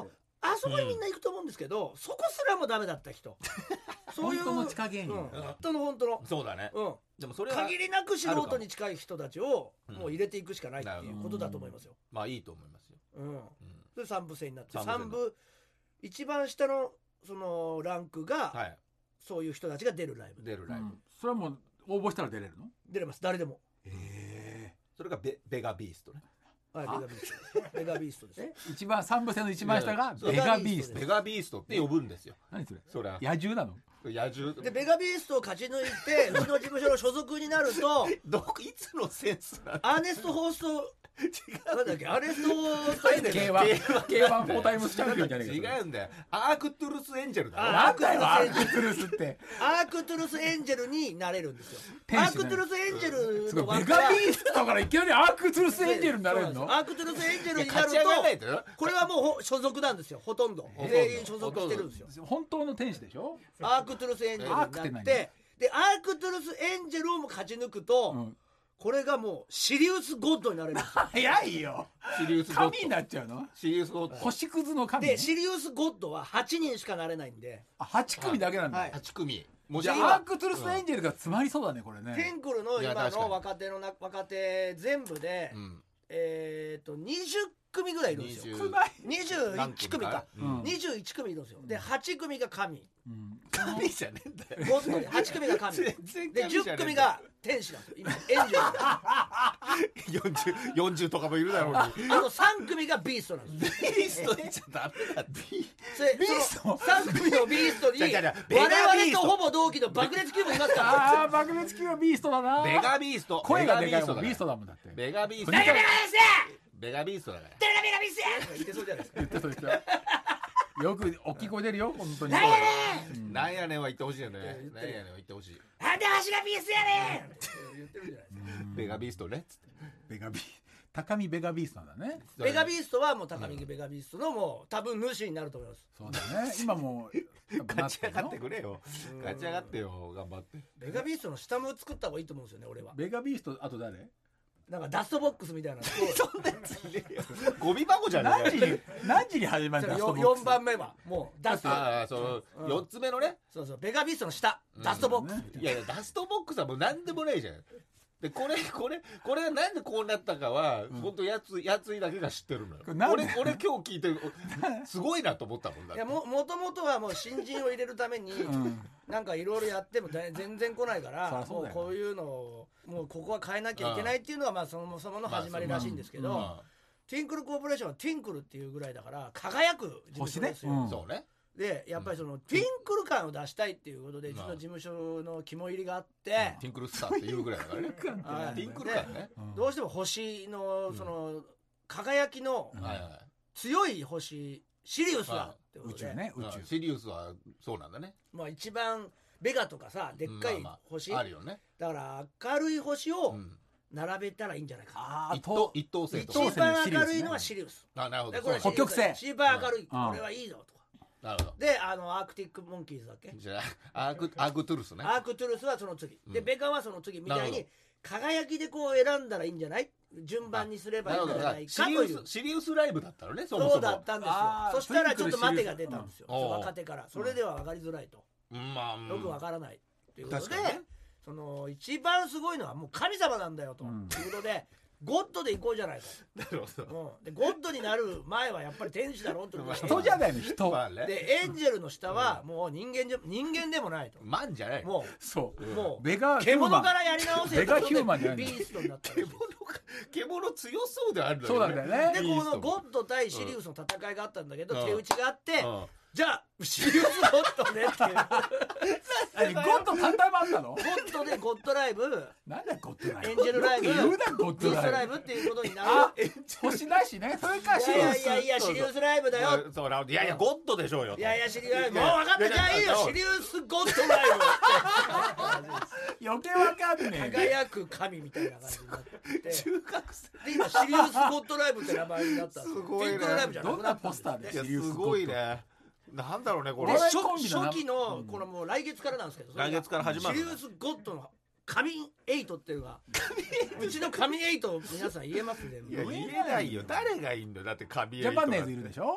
あそこにみんな行くと思うんですけど、うん、そこすらもダメだった人そういう本当の地下芸人、うん、 本当の本当のそうだね、 うん、 でもそれは限りなく素人に近い人たちをもう入れていくしかないっていうことだと思いますよ、 うん、まあいいと思いますよ、 うんうん、でさん部制になってさん部一番下のそのランクが、はい、そういう人たちが出るライブ出るライブ、うん、 それはもう応募したら出れるの？ 出れます誰でも。 へえ。 それが ベ, ベガビーストね。 はい、ベガビーストベガビーストですね。 一番三部制の一番下がベガビースト。 ベガビーストって呼ぶんですよ。 何それ？ それは野獣なの？ 野獣でベガビーストを勝ち抜いてうちの事務所の所属になるとどこいつのセンスなの？ アーネスト・ホーストなんだっけアーネスト・ホーストエンジェルケーワン ケーワン フォータイムスチャンピオンじゃねえか。違うんだよ。アークトゥルスエンジェルだよ。 なんだよアークトゥルスってアークトゥルスエンジェルになれるんですよ。アークトゥルスエンジェルのベガビーストからいきなりアークトゥルスエンジェルになれるの？ アークトゥルスエンジェルになるとこれはもう所属なんですよ。ほとんど全員所属してるんですよ。 本当の天使でしょ？ アークトゥルスエンジェルになってでアークトゥルスエンジェルをも勝ち抜くと、うん、これがもうシリウスゴッドになれるんですよ。 早いよ。 シリウスゴッド神になっちゃうの？ シリウスゴッド星屑の神、 ね、でシリウスゴッドははちにんしかなれないんで。 あはち組だけなんだ、 はい、 はち組じゃあアークトゥルスエンジェルが詰まりそうだねこれね。 テンクルの今の若手のな若手全部で、うん、えっとにじゅっ組ぐらいいるんですよ。にじゅういち組か、うん、にじゅういち組いるんですよ。ではち組が神、うん、 神じゃねえんだよ。 ご組はち組が神でじゅっ組が天使なんですよ。今エンジェルよんじゅう、よんじゅうとかもいるだろうに。 あとさん組がビーストなんですよ。 ビーストじゃダメだって。 ビーストさん組のビーストに我々とほぼ同期の爆裂キューブいますから。 ああ爆裂キューブビーストだな。 ベガビースト声がでかいもんビーストだもんだって。 ベガビーストベガビーストベガビーストだから。 ベガビースト言ってそうじゃないですか。 言ってそうですよ。よく大きい声出るよ本当に。 なんやねん。なんやねんは言ってほしいよね。なんやねんは言ってほしい。 なんでわしがビーストやねん。言ってるじゃないですか。 ベガビーストね。 ベガビー高見ベガビーストなんだね。 ベガビーストはもう高見ベガビーストのもう多分主になると思います。 そうだね。今もう勝ち上がってくれよ。勝ち上がってよ頑張って。 ベガビーストの下も作った方がいいと思うんですよね俺は。 ベガビーストあと誰？ なんかダストボックスみたいな。 そんなやついねえよ。ゴミ箱じゃねえか。 何時に何時に始まるんだ。 よんばんめはもうダスト。 ああそのよっつ目のね。 そうそうベガビーストの下ダストボックス。 いやいやダストボックスはもう何でもないじゃん。でこれこれこれがなんでこうなったかは、うん、本当やつやついだけが知ってるのよ。俺俺今日聞いてすごいなと思ったもんだって。いやももともとはもう新人を入れるために、うん、なんかいろいろやっても全然来ないから、もうこういうのをもうここは変えなきゃいけないっていうのがまあそもそもの始まりらしいんですけど、まあまあ、ティンクルコーポレーションはティンクルっていうぐらいだから輝く事務所ですよ。 星ね、うん、 そうね。 でやっぱりその、うん、ティンクル感を出したいっていうことでうちの事務所の肝入りがあって、うん、 ティンクルスターっていうぐらいだからね。ティンクル感ね、 うん、どうしても星のその、うん、輝きの強い星シリウスだってことで、 宇宙ね宇宙シリウスはそうなんだね。 まあ一番ベガとかさでっかい星、 まあまあ、あるよね。 だから明るい星を並べたらいいんじゃないか、 うん、一等一等星と一番明るいのはシリウス、 あなるほど。 これ北極星一番明るい、うん、これはいいぞとか。 なるほど。 であのアークティックモンキーズだっけ。 じゃあアークアークトゥルスね。 アークトゥルスはその次、うん、でベガはその次みたいに輝きでこう選んだらいいんじゃない、順番にすればいいんじゃないかという。 シリウスライブだったのね。そもそもそうだったんですよ。そしたらちょっと待てが出たんですよ、うん、若手から。それでは分かりづらいと、うん、まあ、うん、よく分からないということで、ね、その一番すごいのはもう神様なんだよと、うん、いうことでゴッドで行こうじゃないか。 なるほど、うん、でゴッドになる前はやっぱり天使だろうってことで人じゃないの人、 まあね、 でエンジェルの下はもう人間じゃ人間でもないと。 マンじゃない。 もうそうもうベガ獣からやり直せベガヒューマンじゃないビーストになったらしい。 獣強そうであるのよね。 そうなんだよね。 でこのゴッド対シリウスの戦いがあったんだけど、うん、手打ちがあって、うん、じゃあシリウスゴッドねっていうゴッド単体もあったの。 ゴッドでゴッドライブなんだゴッドライブエンジェルライブ言うなゴッドライブっていうことになる。 星なしね。それかシリウスいやいやいやシリウスライブだよ。 そうだ。いやいやゴッドでしょうよ。 いやいやシリウスライブもう分かった。じゃあいいよシリウスゴッドライブ余計分かんねえ。輝く神みたいな感じになって中学生で今シリウスゴッドライブって名前になったんですよ。 すごいね。 ライブじゃなくなったんですよ。 どんなポスターで。 いやすごいね。なんだろうねこれ。 初, 初期のこのもう来月からなんですけど、 来月から始まるシリウスゴッドの神エイトっていうのがうちの神エイト皆さん言えますね。 いや言えないよ。誰がいいんだよ。だって神エイトジャパネーズいるでしょ。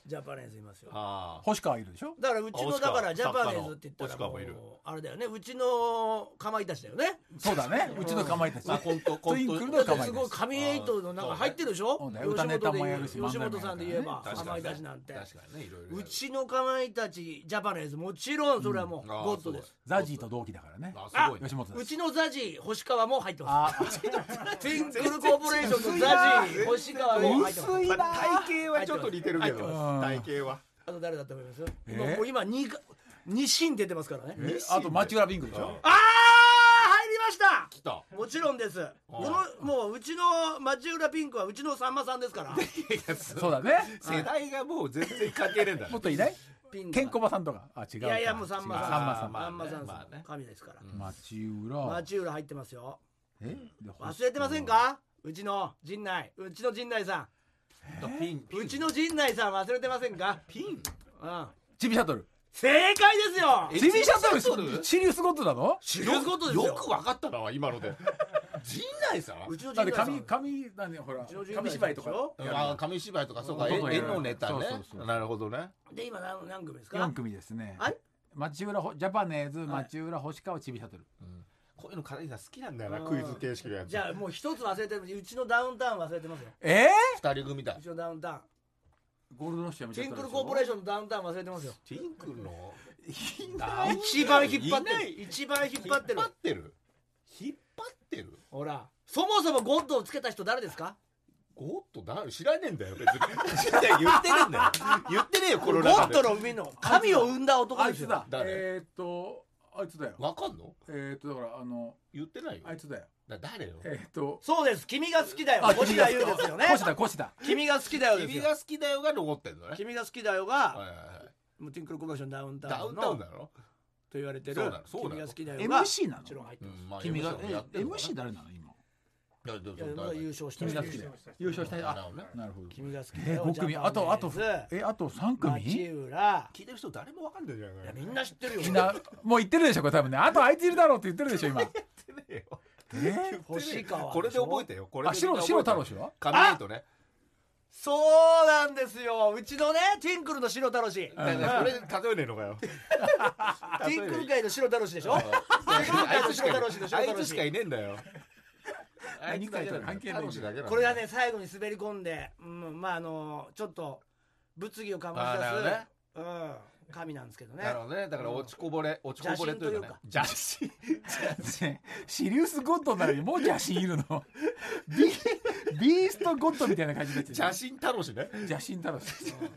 ジャパネーズいますよ。 あ星川いるでしょ。 だからうちのだからジャパネーズって言ったらもう星川もいるあれだよね、うちのかまいたちだよね。 そうだね、うちのかまいたち。 あコントコントトインクルだってのかまいたち。 すごい神エイトのなんか入ってるでしょ。 そうね吉歌ネタ本でもやるし吉本さんで言えば確かにかまいたちなんて。 確かにねいろいろうちのかまいたちジャパネーズもちろんそれはもううんあーゴッドです。 ザジーと同期だからね。 あすごいね吉本です。 うちのザジー星川も入ってまあす。トゥインクルコーポレーションのザジー星川も入ってます。 薄いな。 まあ体型はちょっと似てるけど入って体型はあと誰だと思います？ え今もう今ににシーン出てますからね。 えあと町浦ピンクでしょ。 あー入りました。 来たもちろんです。このもううちの町浦ピンクはうちのさんまさんですから。 そうだね。 世代がもう全然関係ねえんだもっといない？ ピンクケンコバさんとか。あ違うか。 いやいやもうさんまさん。 さんまさん。 さんまさんまあね神ですから。 町浦。 町浦入ってますよ。 えで忘れてませんか？うちの陣内、うちの陣内さピンん、うちの陣内さん忘れてませんか？ ピンうん。 チビシャトル。 正解ですよ。 えチビシャトルチビシャトルシリウスゴッドなの？ シリウスゴッドですよ。 よく分かったな今ので陣内さんうちのだって陣内さん。 紙紙なんでほらうちの陣内紙芝居とかでしょあ紙芝居とかそうかそうそう絵絵のネタねそうそうそうなるほどねで今何何組ですか？ よん組ですね。 はい。 町浦ほジャパネーズはい町浦星川チビシャトル。 こういうの軽井さん好きなんだよなうんクイズ形式のやつじゃあもう一つ忘れてる。うちのダウンタウン忘れてますよ。 え二人組だうちのダウンタウン。 ー？ゴールドラッシュやめちティンクゃったでしょ。 ルコーポレーションのダウンタウン忘れてますよ。 ティンクルの一番引っ張ってる。 いない一番引っ張ってる引っ張。ってる引っ張ってるほら、そもそもゴッドをつけた人誰ですか？ ゴッドだ知らねえんだよ別に言ってねえんだよ言ってねえよこゴの中でッドの生みの神を生んだ男ですよ。 あいつだ。 誰えーっとあいつだよ。 わかんのえーっとだからあの言ってないよあいつだよ。 だ誰よえーっとそうです。君が好きだよ。 あ星田優ですよね。 コシだコシだ。 君が好きだよですよ。 君が好きだよが残ってんのね君が好きだよはいはいが、 はいもうティンクルコーポレーションダウンタダウンウンのとタウンだろ言われてるそうなのそうなの君が好きだよエがムシー なのもちろん入ってます。 うんまあ君がエムシー やってえるのかなエムシー 誰なの今？ いやでもいやまだ誰優勝した君が好きだよ。優勝したい。あなるほどねなるほど。 君が好きだえよ。 ご組あとあとえあとさん組？ 町浦。 聞いてる人誰もわかんないじゃないいやみんな知ってるよ。 みんなもう言ってるでしょこれ多分ね。あとあいついるだろうって言ってるでしょ今。 言ってねえよえ星川。 これで覚えてよこれあで白白太郎氏は？ カミネイトねそうなんですよ。うちのねティンクルの白太郎氏。テだからこれ例えねえのかよィンクル界の白太郎氏でしょ。 あいつしかあいつしかいねえんだよあいつだけだ関係ない太郎氏だけなんだこれはね最後に滑り込んで、うん、まああのちょっと物議を醸しあーなるほどね出す、うん、神なんですけどね。 なるほどねだから落ちこぼれ落ちこぼれというかね邪神シリウスゴッドなのにもう邪神いるの。ビビーストゴッドみたいな感じになってる。 邪神太郎氏ね邪神太郎氏。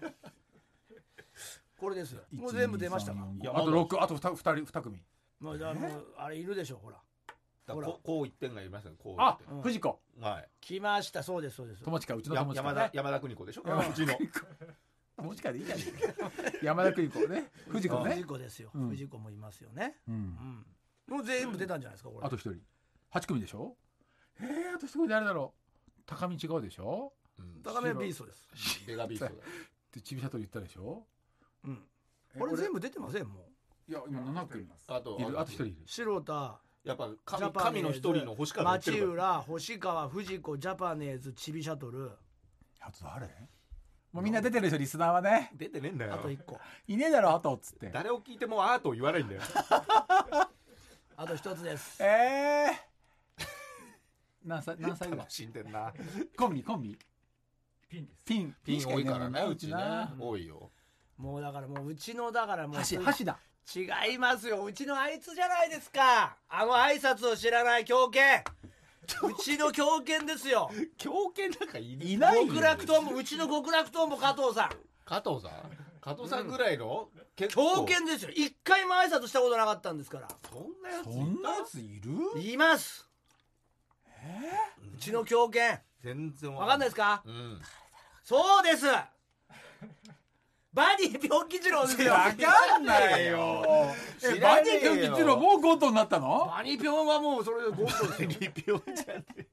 これですよ。もう全部出ましたか。 いやあとろくあとふたふたり二組。 もうだからもうあれいるでしょほら。 だからこうこう一点がいますよこうあうん藤子はい来ました。そうですそうです。 友近うちのや友近山田山田邦子でしょ山田うちの友近でいいじゃねえか。山田邦子ね藤子ね藤。子ですよ。 うん藤子もいますよね。 うんうん。もう全部出たんじゃないですかこれ。 あと一人八組でしょ。えーあと一組誰だろう。高見違うでしょ。 うん高めビーストです。 ベガビーストだでちびしゃとり言ったでしょ。 うん。 えこれ全部出てませんもう。 いや今七組あといるあと一人いる。 白田、 やっぱジャ神パネーズ神の一人の星から言って町るから浦、星川、藤子、ジャパネーズ、ちびシャトル、 あと誰？もうみんな出てるでしょリスナーはね。 出てねえんだよあと一個。 いねえだろあとっつって。 誰を聞いてもアートを言わないんだよあと一つです。 ええー。何歳何歳ぐらい楽？しんでんなコンビコンビピンです。 ピンピン多いからねううちね多いよもうだからもううちのだからもう箸箸だ。 違いますよ。うちのあいつじゃないですか。あの挨拶を知らない狂犬。うちの狂犬ですよ。 狂犬なんかいいないよ極楽とんぼ、うちの極楽とんぼ加藤さん。 加藤さん加藤さんぐらいの結狂構犬ですよ。一回も挨拶したことなかったんですから。 そんなやつそんなやついる？ います。うちの狂犬。 全然わかんないですか？ うんそうです。バディ病気次郎ですよ。 わかんないよ。えバディ君って言ってるのもうゴッドになったの？ バニピョンはもうそれでゴッドですよ。 リピョンじゃね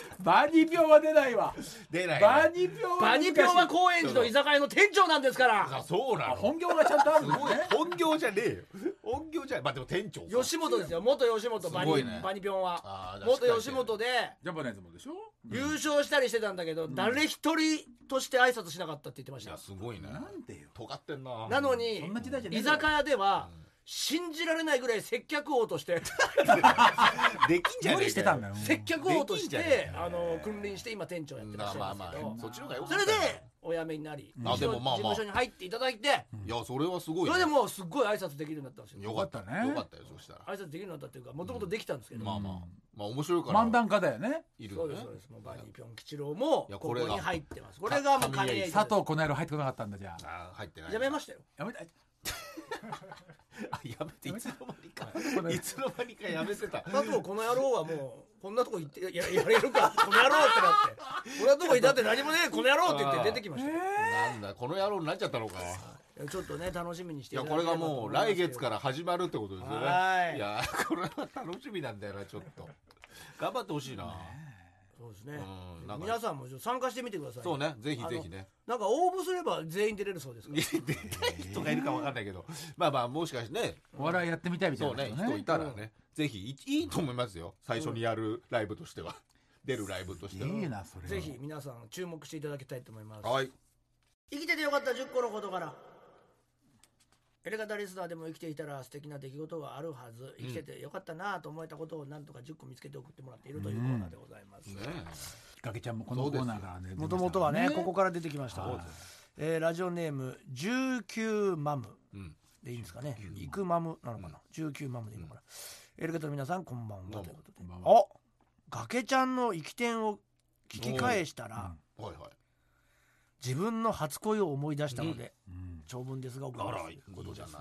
バニピョンは出ないわ。 出ない、ね、 バニピョンはバニピョンは高円寺の居酒屋の店長なんですから。 あ、そうなの。 本業がちゃんとあるんですね。 本業じゃねえよ。本業じゃない。まあでも店長か。 吉本ですよ。元吉本バニ、ね、バニピョンは元吉本でジャパネーズもでしょ、 うん、優勝したりしてたんだけど、うん、誰一人として挨拶しなかったって言ってました。 いやすごいね。 なんでよ。 尖ってんな。 なのに居酒屋では、うん、信じられないぐらい接客王としてできんじゃねえかよ。 無理してたんだよ。 接客王としてあの君臨して今店長やってらっしゃるんですけど、まあまあ、そっちの方がよかった。それでお辞めになり、 あでもまあまあ事務所に入っていただいて、 いやそれはすごい、ね、 それでもうすっごい挨拶できるようになったんですよ。 よかったね。よかったよ。そうしたら挨拶できるようになったっていうか、もともとできたんですけど、 うん、まあまあまあ面白いから漫談家だよね。 いるよね。そうですそうです。もうバニーピョン吉郎もここに入ってます。これがもう神谷佐藤この野郎入ってこなかったんだ。じゃああ入ってない。 やめましたよ。 やめたあやめていつの間にかいつの間にかやめてた。 佐藤この野郎はもうこんなとこ行って や, やれるかこの野郎ってなってこんなとこいたって何もねえこの野郎って言って出てきました。 なんだこの野郎になっちゃったのか。 ちょっとね楽しみにしていやこれがもう来月から始まるってことですよね。 はいいやこれは楽しみなんだよな。ちょっと頑張ってほしいな。 そうですね、 うん、なんか皆さんも参加してみてください。 そうねぜひぜひね。 なんか応募すれば全員出れるそうですから。 出たい人がいるか分かんないけどまあまあもしかしてねお笑いやってみたいみたいな、 ね、そうね人いたらね、うん、ぜひいいと思いますよ。最初にやるライブとしては、うん、出るライブとしては、 いいなそれ。 ぜひ皆さん注目していただきたいと思います。 はい。 生きててよかったじゅっこの事柄。エレガタリスナーでも生きていたら素敵な出来事があるはず、生きててよかったなと思えたことを何とかじゅっこ見つけて送ってもらっているというコーナーでございます。 うんね、 きかけちゃんもこのコーナーからねもともとはねここから出てきました。えー、ラジオネームじゅうきゅうマム、うん、でいいんですかね。イクマムなのかな、うん、じゅうきゅうマムでいいのかな、うん、エレガタの皆さんこんばんは、うん、ということで、あ崖ちゃんの生き点を聞き返したら、うんはいはい、自分の初恋を思い出したので、うん、長文ですが送ります。いいことじゃない。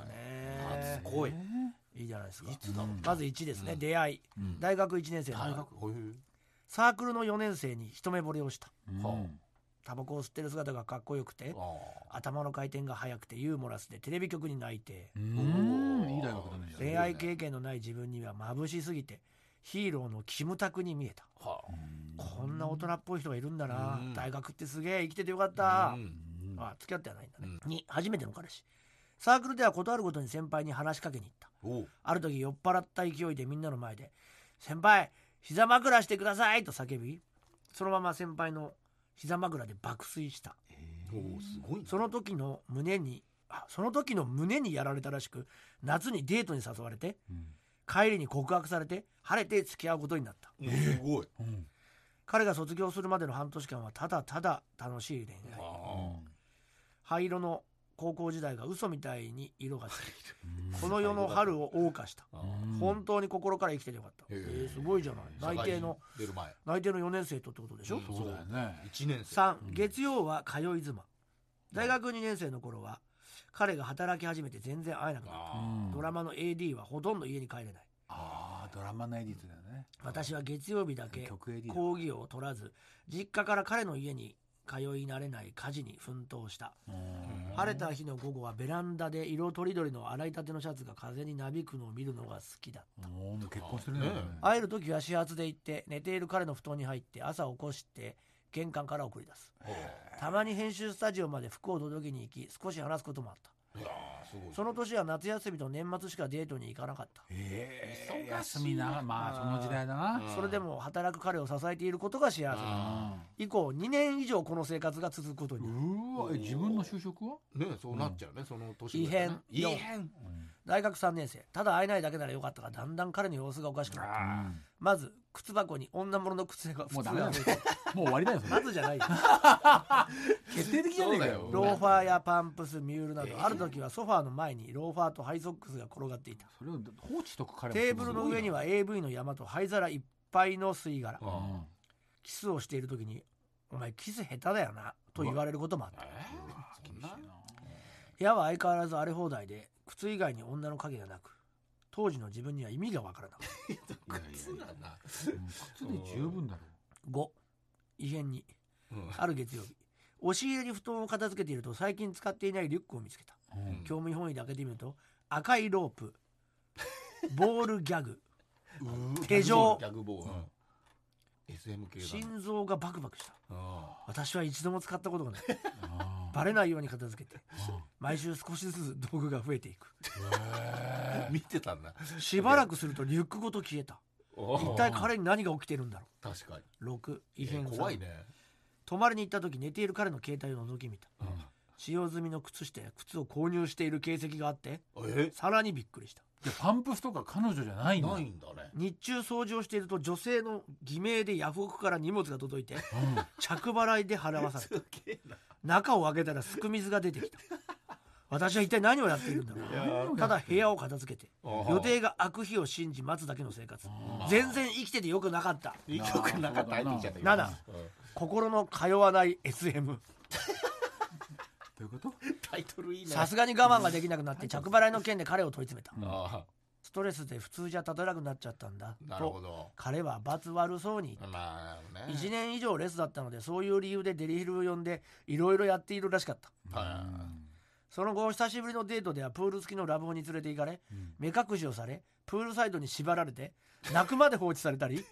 初恋いいじゃないですか。いつだろう。まずいちですね、うん、出会い、うん、大学いちねん生の大学サークルのよねん生に一目惚れをした、うん、タバコを吸ってる姿がかっこよくて頭の回転が速くてユーモラスでテレビ局に内定。 うん、いい大学だね。 恋愛経験のない自分には眩しすぎてヒーローのキムタクに見えた、はあ、こんな大人っぽい人がいるんだな、うん、大学ってすげえ生きててよかった、うん、あ付き合ってはないんだね、うん、に初めての彼氏。サークルではことあるごとに先輩に話しかけに行った。ある時酔っ払った勢いでみんなの前で先輩膝枕してくださいと叫びそのまま先輩の膝枕で爆睡した。 おすごい。 その時の胸にあその時の胸にやられたらしく夏にデートに誘われて、うん、帰りに告白されて晴れて付き合うことになった。 すごい、うん、 彼が卒業するまでの半年間はただただ楽しい恋愛。灰色の高校時代が嘘みたいに色がつきこの世の春を謳歌した。本当に心から生きててよかった。えー、すごいじゃない。内定の内定のよねん生とってことでしょ、うん、 そうだよね。 いちねん生。 さん月曜は通い妻。大学にねん生の頃は彼が働き始めて全然会えなくなった。ドラマの エーディー はほとんど家に帰れない。 あドラマのエディットだよね。 私は月曜日だけ講義を取らず実家から彼の家に通い慣れない家事に奮闘した。晴れた日の午後はベランダで色とりどりの洗いたてのシャツが風になびくのを見るのが好きだった。 もう結婚してるね。 会える時は始発で行って寝ている彼の布団に入って朝起こして玄関から送り出す。たまに編集スタジオまで服を届けに行き少し話すこともあった。いやすごい。その年は夏休みと年末しかデートに行かなかった。 えー、休みなまあその時代だな。 それでも働く彼を支えていることが幸せだ。以降にねん以上この生活が続くことになる。 うわえ自分の就職はねそうなっちゃうね、うん、その年異変異変、うん、 大学さんねん生。ただ会えないだけならよかったがだんだん彼の様子がおかしくなった。まず靴箱に女物の靴がもうダメだよもう終わりだよまずじゃないよ決定的じゃねえかよ。 ローファーやパンプスミュールなど、えー、ある時はソファーの前にローファーとハイソックスが転がっていた。 それを放置しとく彼もテーブルの上には エーブイ の山と灰皿いっぱいの吸い殻。キスをしている時にお前キス下手だよなと言われることもあった。えー、部屋は相変わらず荒れ放題で靴以外に女の影がなく当時の自分には意味がわからなかった靴だな靴で十分だろう。 ご異変に、うん、ある月曜日押し入れに布団を片付けていると最近使っていないリュックを見つけた。うん、興味本位で開けてみると赤いロープボールギャグ手錠エスエム 系だね。 心臓がバクバクした。 あ私は一度も使ったことがないバレないように片付けて毎週少しずつ道具が増えていく。 見てたんだ。 しばらくするとリュックごと消えた。一体彼に何が起きてるんだろう。 確かにろく異変さん、 怖いね。 泊まりに行った時寝ている彼の携帯を覗き見た、 うん使用済みの靴下や靴を購入している形跡があってえさらにびっくりした。 でパンプスとか彼女じゃないんだ。 ないんだね。 日中掃除をしていると女性の偽名でヤフオクから荷物が届いて着払いで払わされた。中を開けたらすく水が出てきた。私は一体何をやっているんだろう。ただ部屋を片付けて予定が空く日を信じ待つだけの生活。全然生きててよくなかった。 よくなかった。入ってきちゃったけどなな心の通わない エスエム。 どういうこと？ タイトルいいね。 さすがに我慢ができなくなって着払いの件で彼を問い詰めた。 あストレスで普通じゃ立てなくなっちゃったんだあなるほとど。 彼は罰悪そうに言った。 まあね。 いちねん以上レスだったのでそういう理由でデリヘルを呼んでいろいろやっているらしかった。 はその後久しぶりのデートではプール付きのラブホに連れて行かれ、 うん目隠しをされプールサイドに縛られて泣くまで放置されたり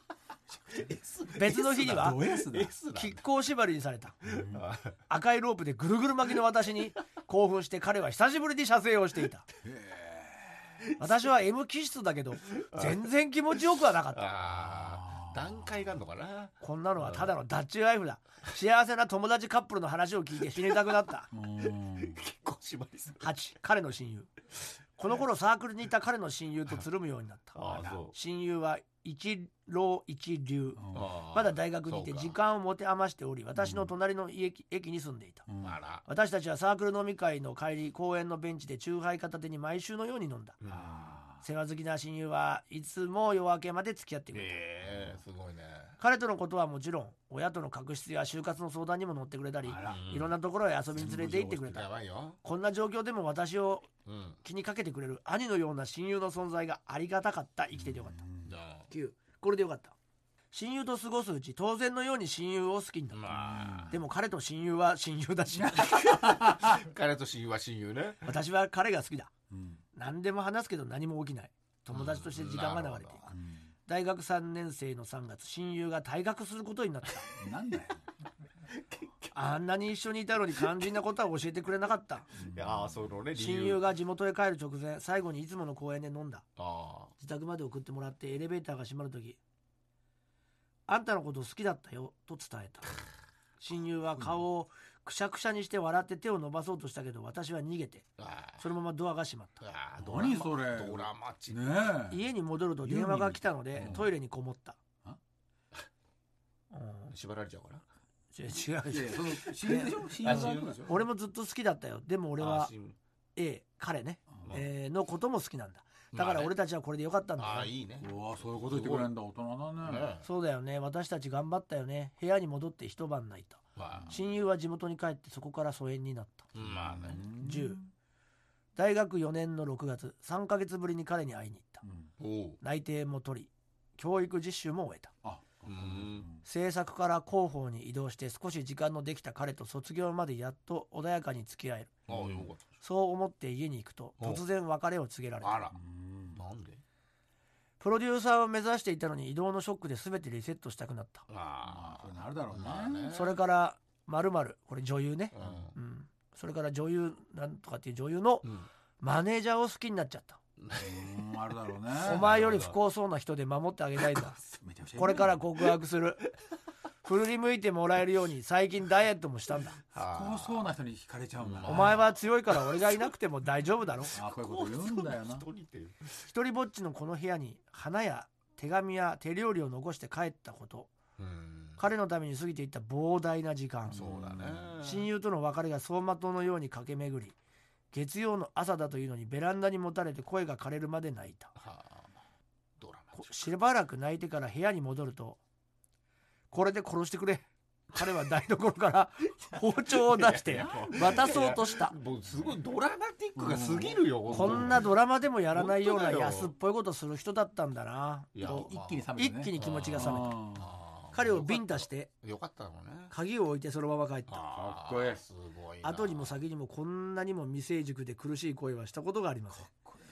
別の日にはド S だ。 S だ亀甲縛りにされた。 あ赤いロープでぐるぐる巻きの私に興奮して彼は久しぶりに射精をしていた。私は M 気質だけど全然気持ちよくはなかった。 あ段階があるのかな。 こんなのはただのダッチワイフだ。幸せな友達カップルの話を聞いて死にたくなった。 うん結構縛りする。 はち彼の親友。この頃サークルにいた彼の親友とつるむようになった。 ああそう。 親友は一浪一流。 ああまだ大学にいてそうか時間を持て余しており私の隣の家駅に住んでいた。 うんあら。 私たちはサークル飲み会の帰り公園のベンチでチューハイ片手に毎週のように飲んだ。 あ世話好きな親友はいつも夜明けまで付き合ってくれた。 ええすごいね。 彼とのことはもちろん親との確執や就活の相談にも乗ってくれたりあらいろんなところへ遊びに連れて行ってくれた。 やばいよ。 こんな状況でも私をうん。 気にかけてくれる兄のような親友の存在がありがたかった。生きててよかった。 じゃあきゅうこれでよかった。親友と過ごすうち当然のように親友を好きになった。 まあでも彼と親友は親友だし彼と親友は親友ね。 私は彼が好きだ。 うん何でも話すけど何も起きない。友達として時間が流れていく。 うん大学さんねん生のさんがつ親友が退学することになった。 なんだよ。 あんなに一緒にいたのに肝心なことは教えてくれなかった。 いやあそのね理由親友が地元へ帰る直前最後にいつもの公園で飲んだ。 あ自宅まで送ってもらってエレベーターが閉まるときあんたのこと好きだったよと伝えた。親友は顔をくしゃくしゃにして笑って手を伸ばそうとしたけど私は逃げてああそのままドアが閉まった。 ああドラマ何それドラマチックねえ。 家に戻ると電話が来たのでうんトイレにこもった。 あうん縛られちゃうから。 違う違ういやいやその親友でしょ。親友があるでしょ。 俺もずっと好きだったよ。でも俺はああ親 A 彼ね、 うんえーのことも好きなんだ。だからまあね俺たちはこれでよかったんだよ。 ああいいね。 うわそういうこと言ってくれるんだ。大人だね。 ねそうだよね。私たち頑張ったよね。部屋に戻って一晩泣いた。 まあ親友は地元に帰ってそこから疎遠になった。 まあね。 じゅう大学よねんのろくがつさんかげつぶりに彼に会いに行った。 うんおう内定も取り教育実習も終えた。 あうん制作から広報に移動して少し時間のできた彼と卒業までやっと穏やかに付き合える。 ああよかっそう思って家に行くとお突然別れを告げられた。 た。あらうんなんで。 プロデューサーを目指していたのに移動のショックで全てリセットしたくなった。 まああそうなるだろうね。 まあねそれから〇〇これ女優ね、 ううん、それから女優なんとかっていう女優のんうんマネージャーを好きになっちゃった。 うんあるだろうね。 お前より不幸そうな人で守ってあげたいんだ。 めちゃくちゃこれから告白する。振り向いてもらえるように最近ダイエットもしたんだ。 こうそうな人に惹かれちゃうんだな。 お前は強いから俺がいなくても大丈夫だろ。 あこういうこと言うんだよな。 人にっていう一人ぼっちのこの部屋に花や手紙や手料理を残して帰ったこと、 うん彼のために過ぎていった膨大な時間、 そうだね。 親友との別れが走馬灯のように駆け巡り月曜の朝だというのにベランダにもたれて声が枯れるまで泣いた。 はあドラマこしばらく泣いてから部屋に戻るとこれで殺してくれ。彼は台所から包丁を出して渡そうとした。 もうすごいドラマティックが過ぎるよ。 こんなドラマでもやらないような本当だよ安っぽいことする人だったんだな。 いやと一気に冷め一てね。 気に気持ちが冷めた。 ああー彼をビンタしてよかったのね。 鍵を置いてそのまま帰った。 かっこいいすごいな。 後にも先にもこんなにも未成熟で苦しい恋はしたことがありません。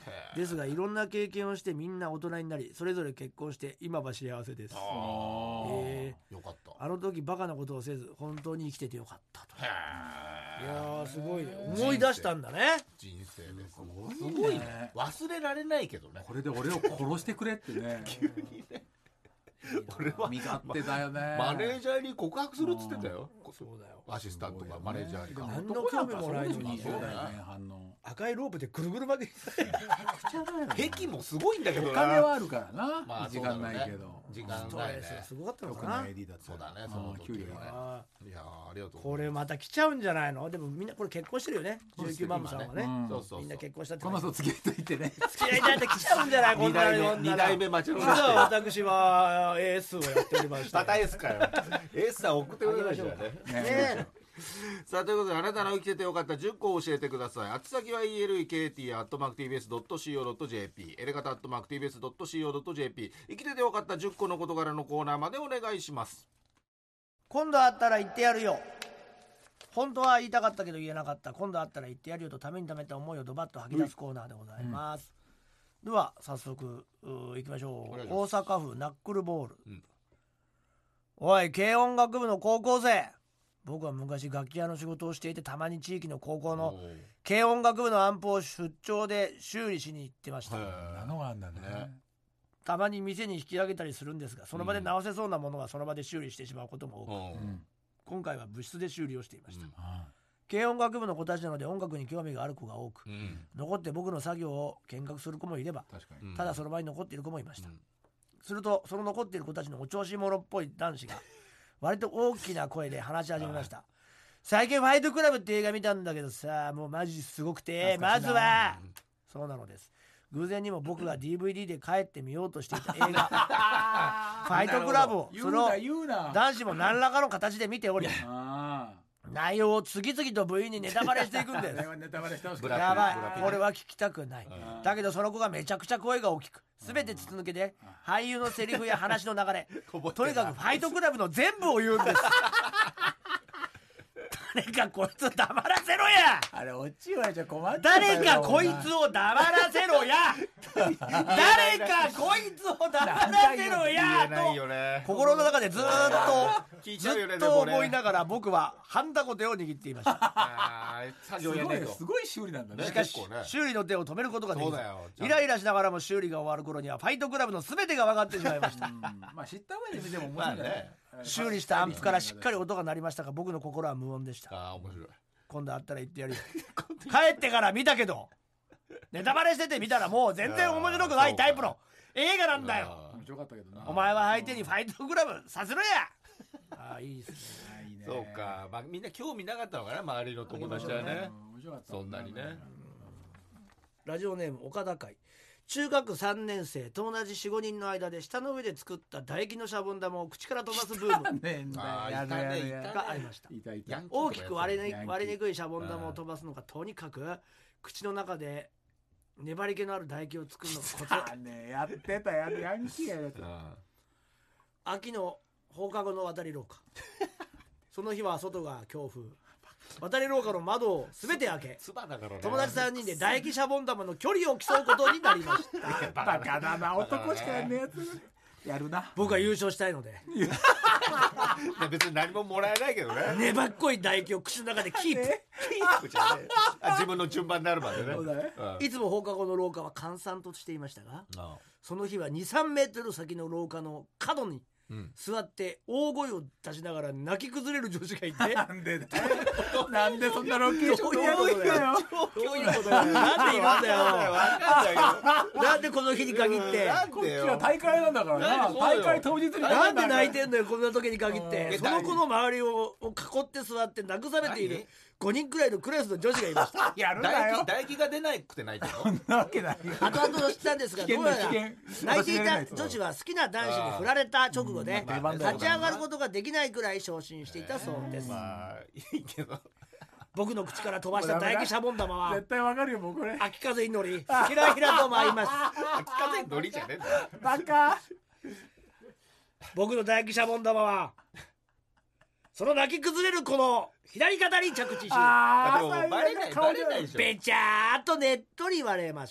ですがいろんな経験をしてみんな大人になりそれぞれ結婚して今は幸せです。 あ、 えー、よかった。 あの時バカなことをせず本当に生きててよかったと。 へいやーすごいね、思い出したんだね。 人生です。 すごいね。すごいね。忘れられないけどね。 これで俺を殺してくれってね急にね。俺は身勝手だよね。 マネージャーに告白するっつってたよ。 そうだよ。 アシスタントがマネージャーに。 何の興味もないのににじゅう代前半の赤いロープでぐるぐる巻きに壁もすごいんだけどお金はあるからな、 まあ時間ないけど時間ないね。 すごかったのかな。 特に エーディー だったそうだね、その時ね。いやあありがとう。 これまた来ちゃうんじゃないの。でもみんなこれ結婚してるよね。じゅうきゅうマムさんはね、 そうそう、 みんな結婚したってこの人付き合いといてね付き合いだって来ちゃうんじゃない。こんなにに代目町の実は私はエースをやっておりました。 またエースかよ。エースさん送ってくれましょうね。 ねさあということであなたの生きててよかったじゅっこを教えてください。宛先は イーエルイーケーティー アットマーク ティービーエス ドット シーオー ドット ジェーピー エレガタ アットマーク ティービーエス ドット シーオー ドット ジェーピー 生きててよかったじゅっこの事柄のコーナーまでお願いします。 今度会ったら言ってやるよ。本当は言いたかったけど言えなかった今度会ったら言ってやるよとためにためた思いをドバッと吐き出すコーナーでございます、うん、では早速いきましょう。大阪府ナックルボール、うん、おい軽音楽部の高校生、僕は昔楽器屋の仕事をしていてたまに地域の高校の軽音楽部のアンプを出張で修理しに行ってました。 なのがあんだね。 たまに店に引き上げたりするんですがその場で直せそうなものはその場で修理してしまうことも多く、うん、今回は部室で修理をしていました、うん、軽音楽部の子たちなので音楽に興味がある子が多く、うん、残って僕の作業を見学する子もいれば確かにただその場に残っている子もいました、うん、するとその残っている子たちのお調子者っぽい男子が割と大きな声で話し始めました最近ファイトクラブって映画見たんだけどさもうマジすごくてまずは、うん、そうなのです。偶然にも僕が ディーブイディー で帰ってみようとしていた映画ファイトクラブをその男子も何らかの形で見ており内容を次々と部員にネタバレしていくんですやばいこれは聞きたくない。だけどその子がめちゃくちゃ声が大きく全て筒抜けで俳優のセリフや話の流れとにかくファイトクラブの全部を言うんです誰かこいつを黙らせろや。 あれ落ちはじゃ困った。 誰かこいつを黙らせろや誰かこいつを黙らせろやと心の中でずーっとずっと思いながら僕はハンダゴテを握っていましたあ作業やねえとすごい修理なんだね。 しかし修理の手を止めることができずイライラしながらも修理が終わる頃にはファイトクラブの全てが分かってしまいましたまあ知った上で見ても面白いね。 修理したアンプからしっかり音が鳴りましたが僕の心は無音でした。 あ面白い。 今度会ったら言ってやるよ帰ってから見たけどネタバレしてて見たらもう全然面白くないタイプの映画なんだよ。 面白かったけどな。 お前は相手にファイトクラブさせろやああいいですねいいね。 そうか、まあ、みんな興味なかったのかな周りの友達はね。そんなにね。 ラジオネーム岡田会中学さんねん生と同じ よん,ご 人の間で舌の上で作った唾液のシャボン玉を口から飛ばすブームがありました。大きく割れに、割れにくいシャボン玉を飛ばすのがとにかく口の中で粘り気のある唾液を作るのがコツねやってたやヤンキーややつ秋の放課後の渡り廊下その日は外が強風渡り廊下の窓をすべて開け友達さんにんで唾液シャボン玉の距離を競うことになりましたバカだな男しかやんねえやつやるな。 僕は優勝したいので別に何ももらえないけどね粘っこい唾液を口の中でキープキープじゃねあ自分の順番になるまでね。そうだね、 うん、いつも放課後の廊下は閑散としていましたがその日は にさんメートル先の廊下の角にうん、座って大声を出しながら泣き崩れる女子がいてなんでだよなんでそんなロケーションやるんだよどういうことだよなんでいるんだよなんでこの日に限ってこっちは大会なんだからな大会当日になんで泣いてんのよこんな時に限ってその子の周りを囲って座って慰めているごにんくらいのクラスの女子がいましたやるんだよ唾液が出なくて泣いてるそんなわけない後々知ったんですがどうやら泣いていた女子は好きな男子に振られた直後で立ち上がることができないくらい昇進していたそうです。 まあいいけど僕の口から飛ばした唾液シャボン玉は絶対わかるよもうこれ秋風に乗りひらひらと舞います秋風に乗りじゃねえんだよバカ僕の唾液シャボン玉はその泣き崩れるこの左肩に着地しあでもバレないバレないでしょべちゃーっとねっとり割れました。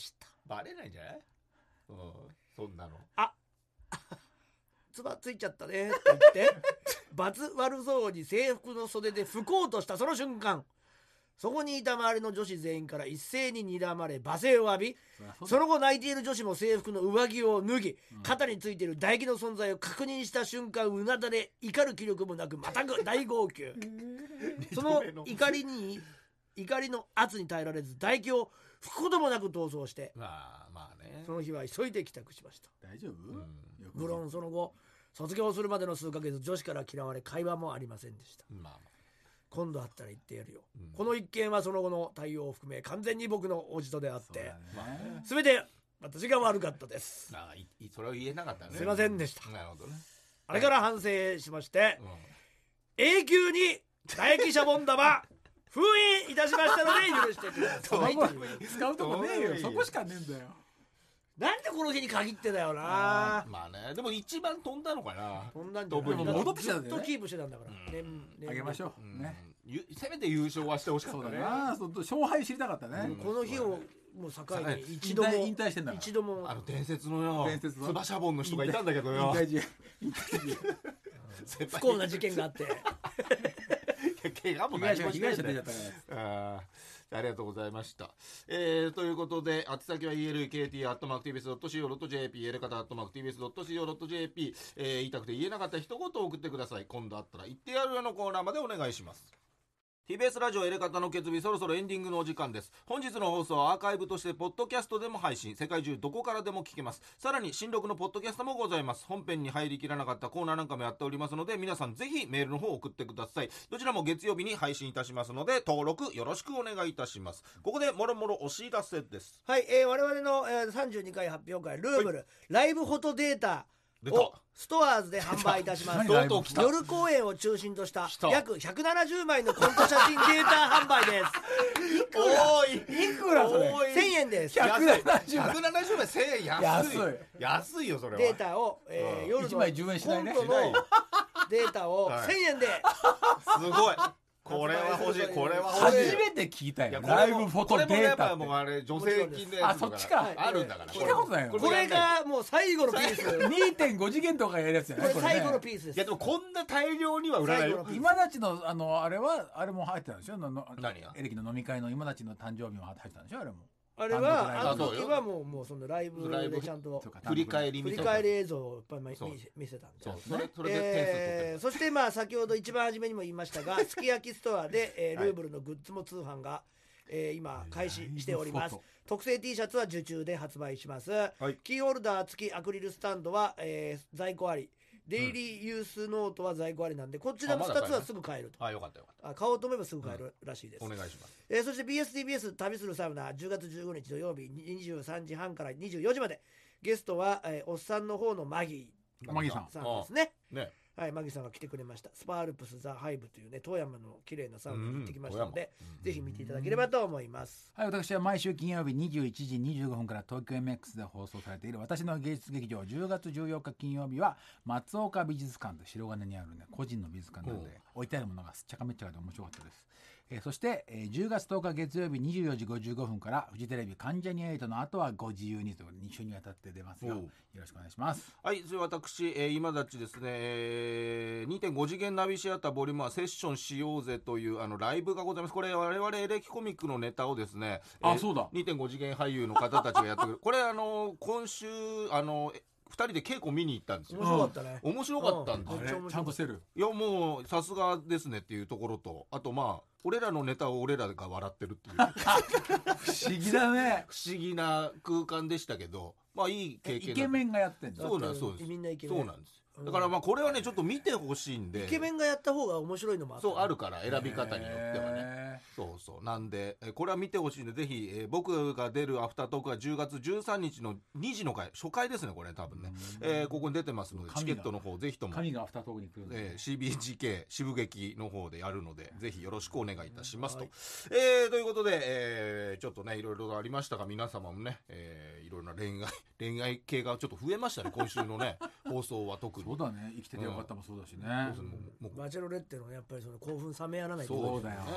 バレないんじゃない？うん、そんなの。 あつばついちゃったねって言って罰悪そうに制服の袖で拭こうとしたその瞬間、そこにいた周りの女子全員から一斉に睨まれ罵声を浴び、その後泣いている女子も制服の上着を脱ぎ、肩についている唾液の存在を確認した瞬間、うなだれ怒る気力もなくまた大号泣その怒りに怒りの圧に耐えられず唾液を拭くこともなく逃走して、 まあまあね、 その日は急いで帰宅しました。 大丈夫？ うん無論その後卒業するまでの数ヶ月、女子から嫌われ会話もありませんでした。 まあまあ、 今度会ったら言ってやるよ、 うん、 この一件はその後の対応を含め完全に僕のおじとであって、 す全て私が悪かったです。 あいいそれは言えなかったね。 すいませんでした。 なるほどね。 あれから反省しまして、 うん、 永久に唾液シャボン玉封印いたしましたので許してくださいという。 使うとこねえよ、そこしかねえんだよ。 なんでこの日に限ってだよな。 まあね、でも一番飛んだのかな。 飛んだんじゃない。 でも戻ってきたんだよね。 ずっとキープしてたんだから、 うん年年あげましょう、 うんね。 せめて優勝はしてほしかったね。 そうだな、そう勝敗知りたかったね、 うんこの日をもう境はいに一度も引退してんだから一度もあの伝説のよ伝説のつばしゃぼんの人がいたんだけどよ。 引退試合引退試合先輩不幸な事件があって怪我も被何も害者被害者してないんだよ出ちゃったから。 あーありがとうございました、えー、ということで宛先は イーエルイーケーティー アットマーク ティービーエス ドット シーオー ドット ジェーピー エレカタ アットマーク ティービーエス ドット シーオー ドット ジェーピー、えー、言いたくて言えなかった一言を送ってください。今度あったら言ってやるよのコーナーまでお願いします。ティービーエス ラジオエレカタの決意、そろそろエンディングのお時間です。本日の放送はアーカイブとしてポッドキャストでも配信、世界中どこからでも聞けます。さらに新録のポッドキャストもございます。本編に入りきらなかったコーナーなんかもやっておりますので、皆さんぜひメールの方を送ってください。どちらも月曜日に配信いたしますので、登録よろしくお願いいたします。ここでもろもろお知らせです。 はい、えー、我々の、えー、さんじゅうにかい発表会ルーブル、はい、ライブフォトデータをストアーズで販売いたします。 とうとう来た。 夜公演を中心とした約ひゃくななじゅうまいのコント写真データ販売です。 おーいくらそれ？ せんえんです。 ひゃくななじゅうひゃくななじゅうまいせんえん安い。 安い安いよそれは。 データを、えーうん、 夜のいちまいじゅうえんしないね。 コントのデータをせんえんで、 はい、すごい。これは欲しい。これは欲しい。 初めて聞いたよ。ライブフォトデータって。これもやっぱもうあれ助成金でやつあ、そっちか。 あるんだから。 聞いたことないよ。 これがもう最後のピース。 にてんご 次元とかやるやつじゃない？ これ最後のピースです。 いやでもこんな大量には売らないよ。 今立ちのあのあれはあれも入ってたんでしょ？ 何が？エレキの飲み会の今立ちの誕生日も入ってたんでしょ？あれも。 あれはあの時はもうもうそのライブでちゃんと振り返り振り返り映像をいっぱい見せたんです。 それそれで点数取ってる。 そしてまあ先ほど一番初めにも言いましたが、すき焼きストアで、えー、ルーブルのグッズも通販が、えー、今開始しております。特製 T シャツは受注で発売します。はい、キーホルダー付きアクリルスタンドは、えー、在庫あり。デイリーユースノートは在庫ありなんで、こちらのふたつはすぐ買えると。 あ、よかったよかった。 あ、買おうと思えばすぐ買えるらしいです。 お願いします。 えー、そして ビーエスティービーエス 旅するサウナじゅうがつじゅうごにち土曜日にじゅうさんじはんからにじゅうよじまで、ゲストは、えー、おっさんの方のマギーマギーさんさんですね。 ね。 はい、マギさんが来てくれました。スパールプスザハイブというね、富山の綺麗なサウナに行ってきましたので、うん、ぜひ見ていただければと思います。 はい、私は毎週金曜日にじゅういちじにじゅうごふんから東京 エムエックス で放送されている私の芸術劇場、じゅうがつじゅうよっか金曜日は松岡美術館という白金にあるね個人の美術館なので、置いてあるものがすっちゃかめっちゃかで面白かったです。えー、そして、えー、じゅうがつとおか月曜日にじゅうよじごじゅうごふんからフジテレビ関ジャニエイトの後はご自由にということでに週にわたって出ますよ。よろしくお願いします。 はい、それ私、えー、今立ちですね、えー、にてんご 次元ナビシアターボリュームはセッションしようぜというあのライブがございます。これ我々エレキコミックのネタをですね、 あ、えー、そうだにてんご 次元俳優の方たちがやってくるこれあの今週あのふたりで稽古見に行ったんですよ。 面白かったね。 面白かったんですよ。 あれちゃんとしてる。 いやもうさすがですねっていうところと、あとまあ俺らのネタを俺らが笑ってるっていう不思議だね。 不思議な空間でしたけど、まあいい経験。 イケメンがやってんだ。 そうなんです。そうです。 みんなイケメン。 そうなんです。だからまあこれはねちょっと見てほしいんで、 イケメンがやった方が面白いのもあった、 ね、そうあるから選び方によってはね、そうそうなんでこれは見てほしいんでぜひ、えー、僕が出るアフタートークはじゅうがつじゅうさんにちのにじの回初回ですねこれ多分ね、えー、ここに出てますのでチケットの方ぜひとも神がアフタートークに来るんで、 えー、シービージーケー 渋劇の方でやるのでぜひよろしくお願いいたしますと、はい、えー、ということで、えー、ちょっとねいろいろありましたが皆様もね、えー、いろいろな恋愛恋愛系がちょっと増えましたね今週のね放送は特に。 そうだね、生きててよかったもそうだしね、 うん、バチェロレッテのやっぱりその興奮冷めやらないとそうだよ、 う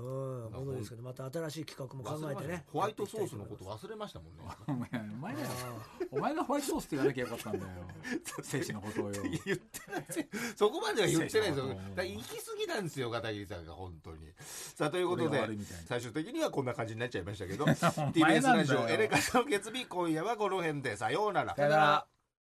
うんものですけど、また新しい企画も考えてね。 ホワイトソースのこと忘れましたもんね。 お前お前だよお前がホワイトソースって言わなきゃよかったんだよ精子のことをよ。 言ってないですよ。そこまでは言ってないですよ。だから行き過ぎなんですよ片桐さんが本当に。さあということで最終的にはこんな感じになっちゃいましたけどティービーエス ラジオエレカタの決日、今夜はこの辺でさようなら。 さよなら。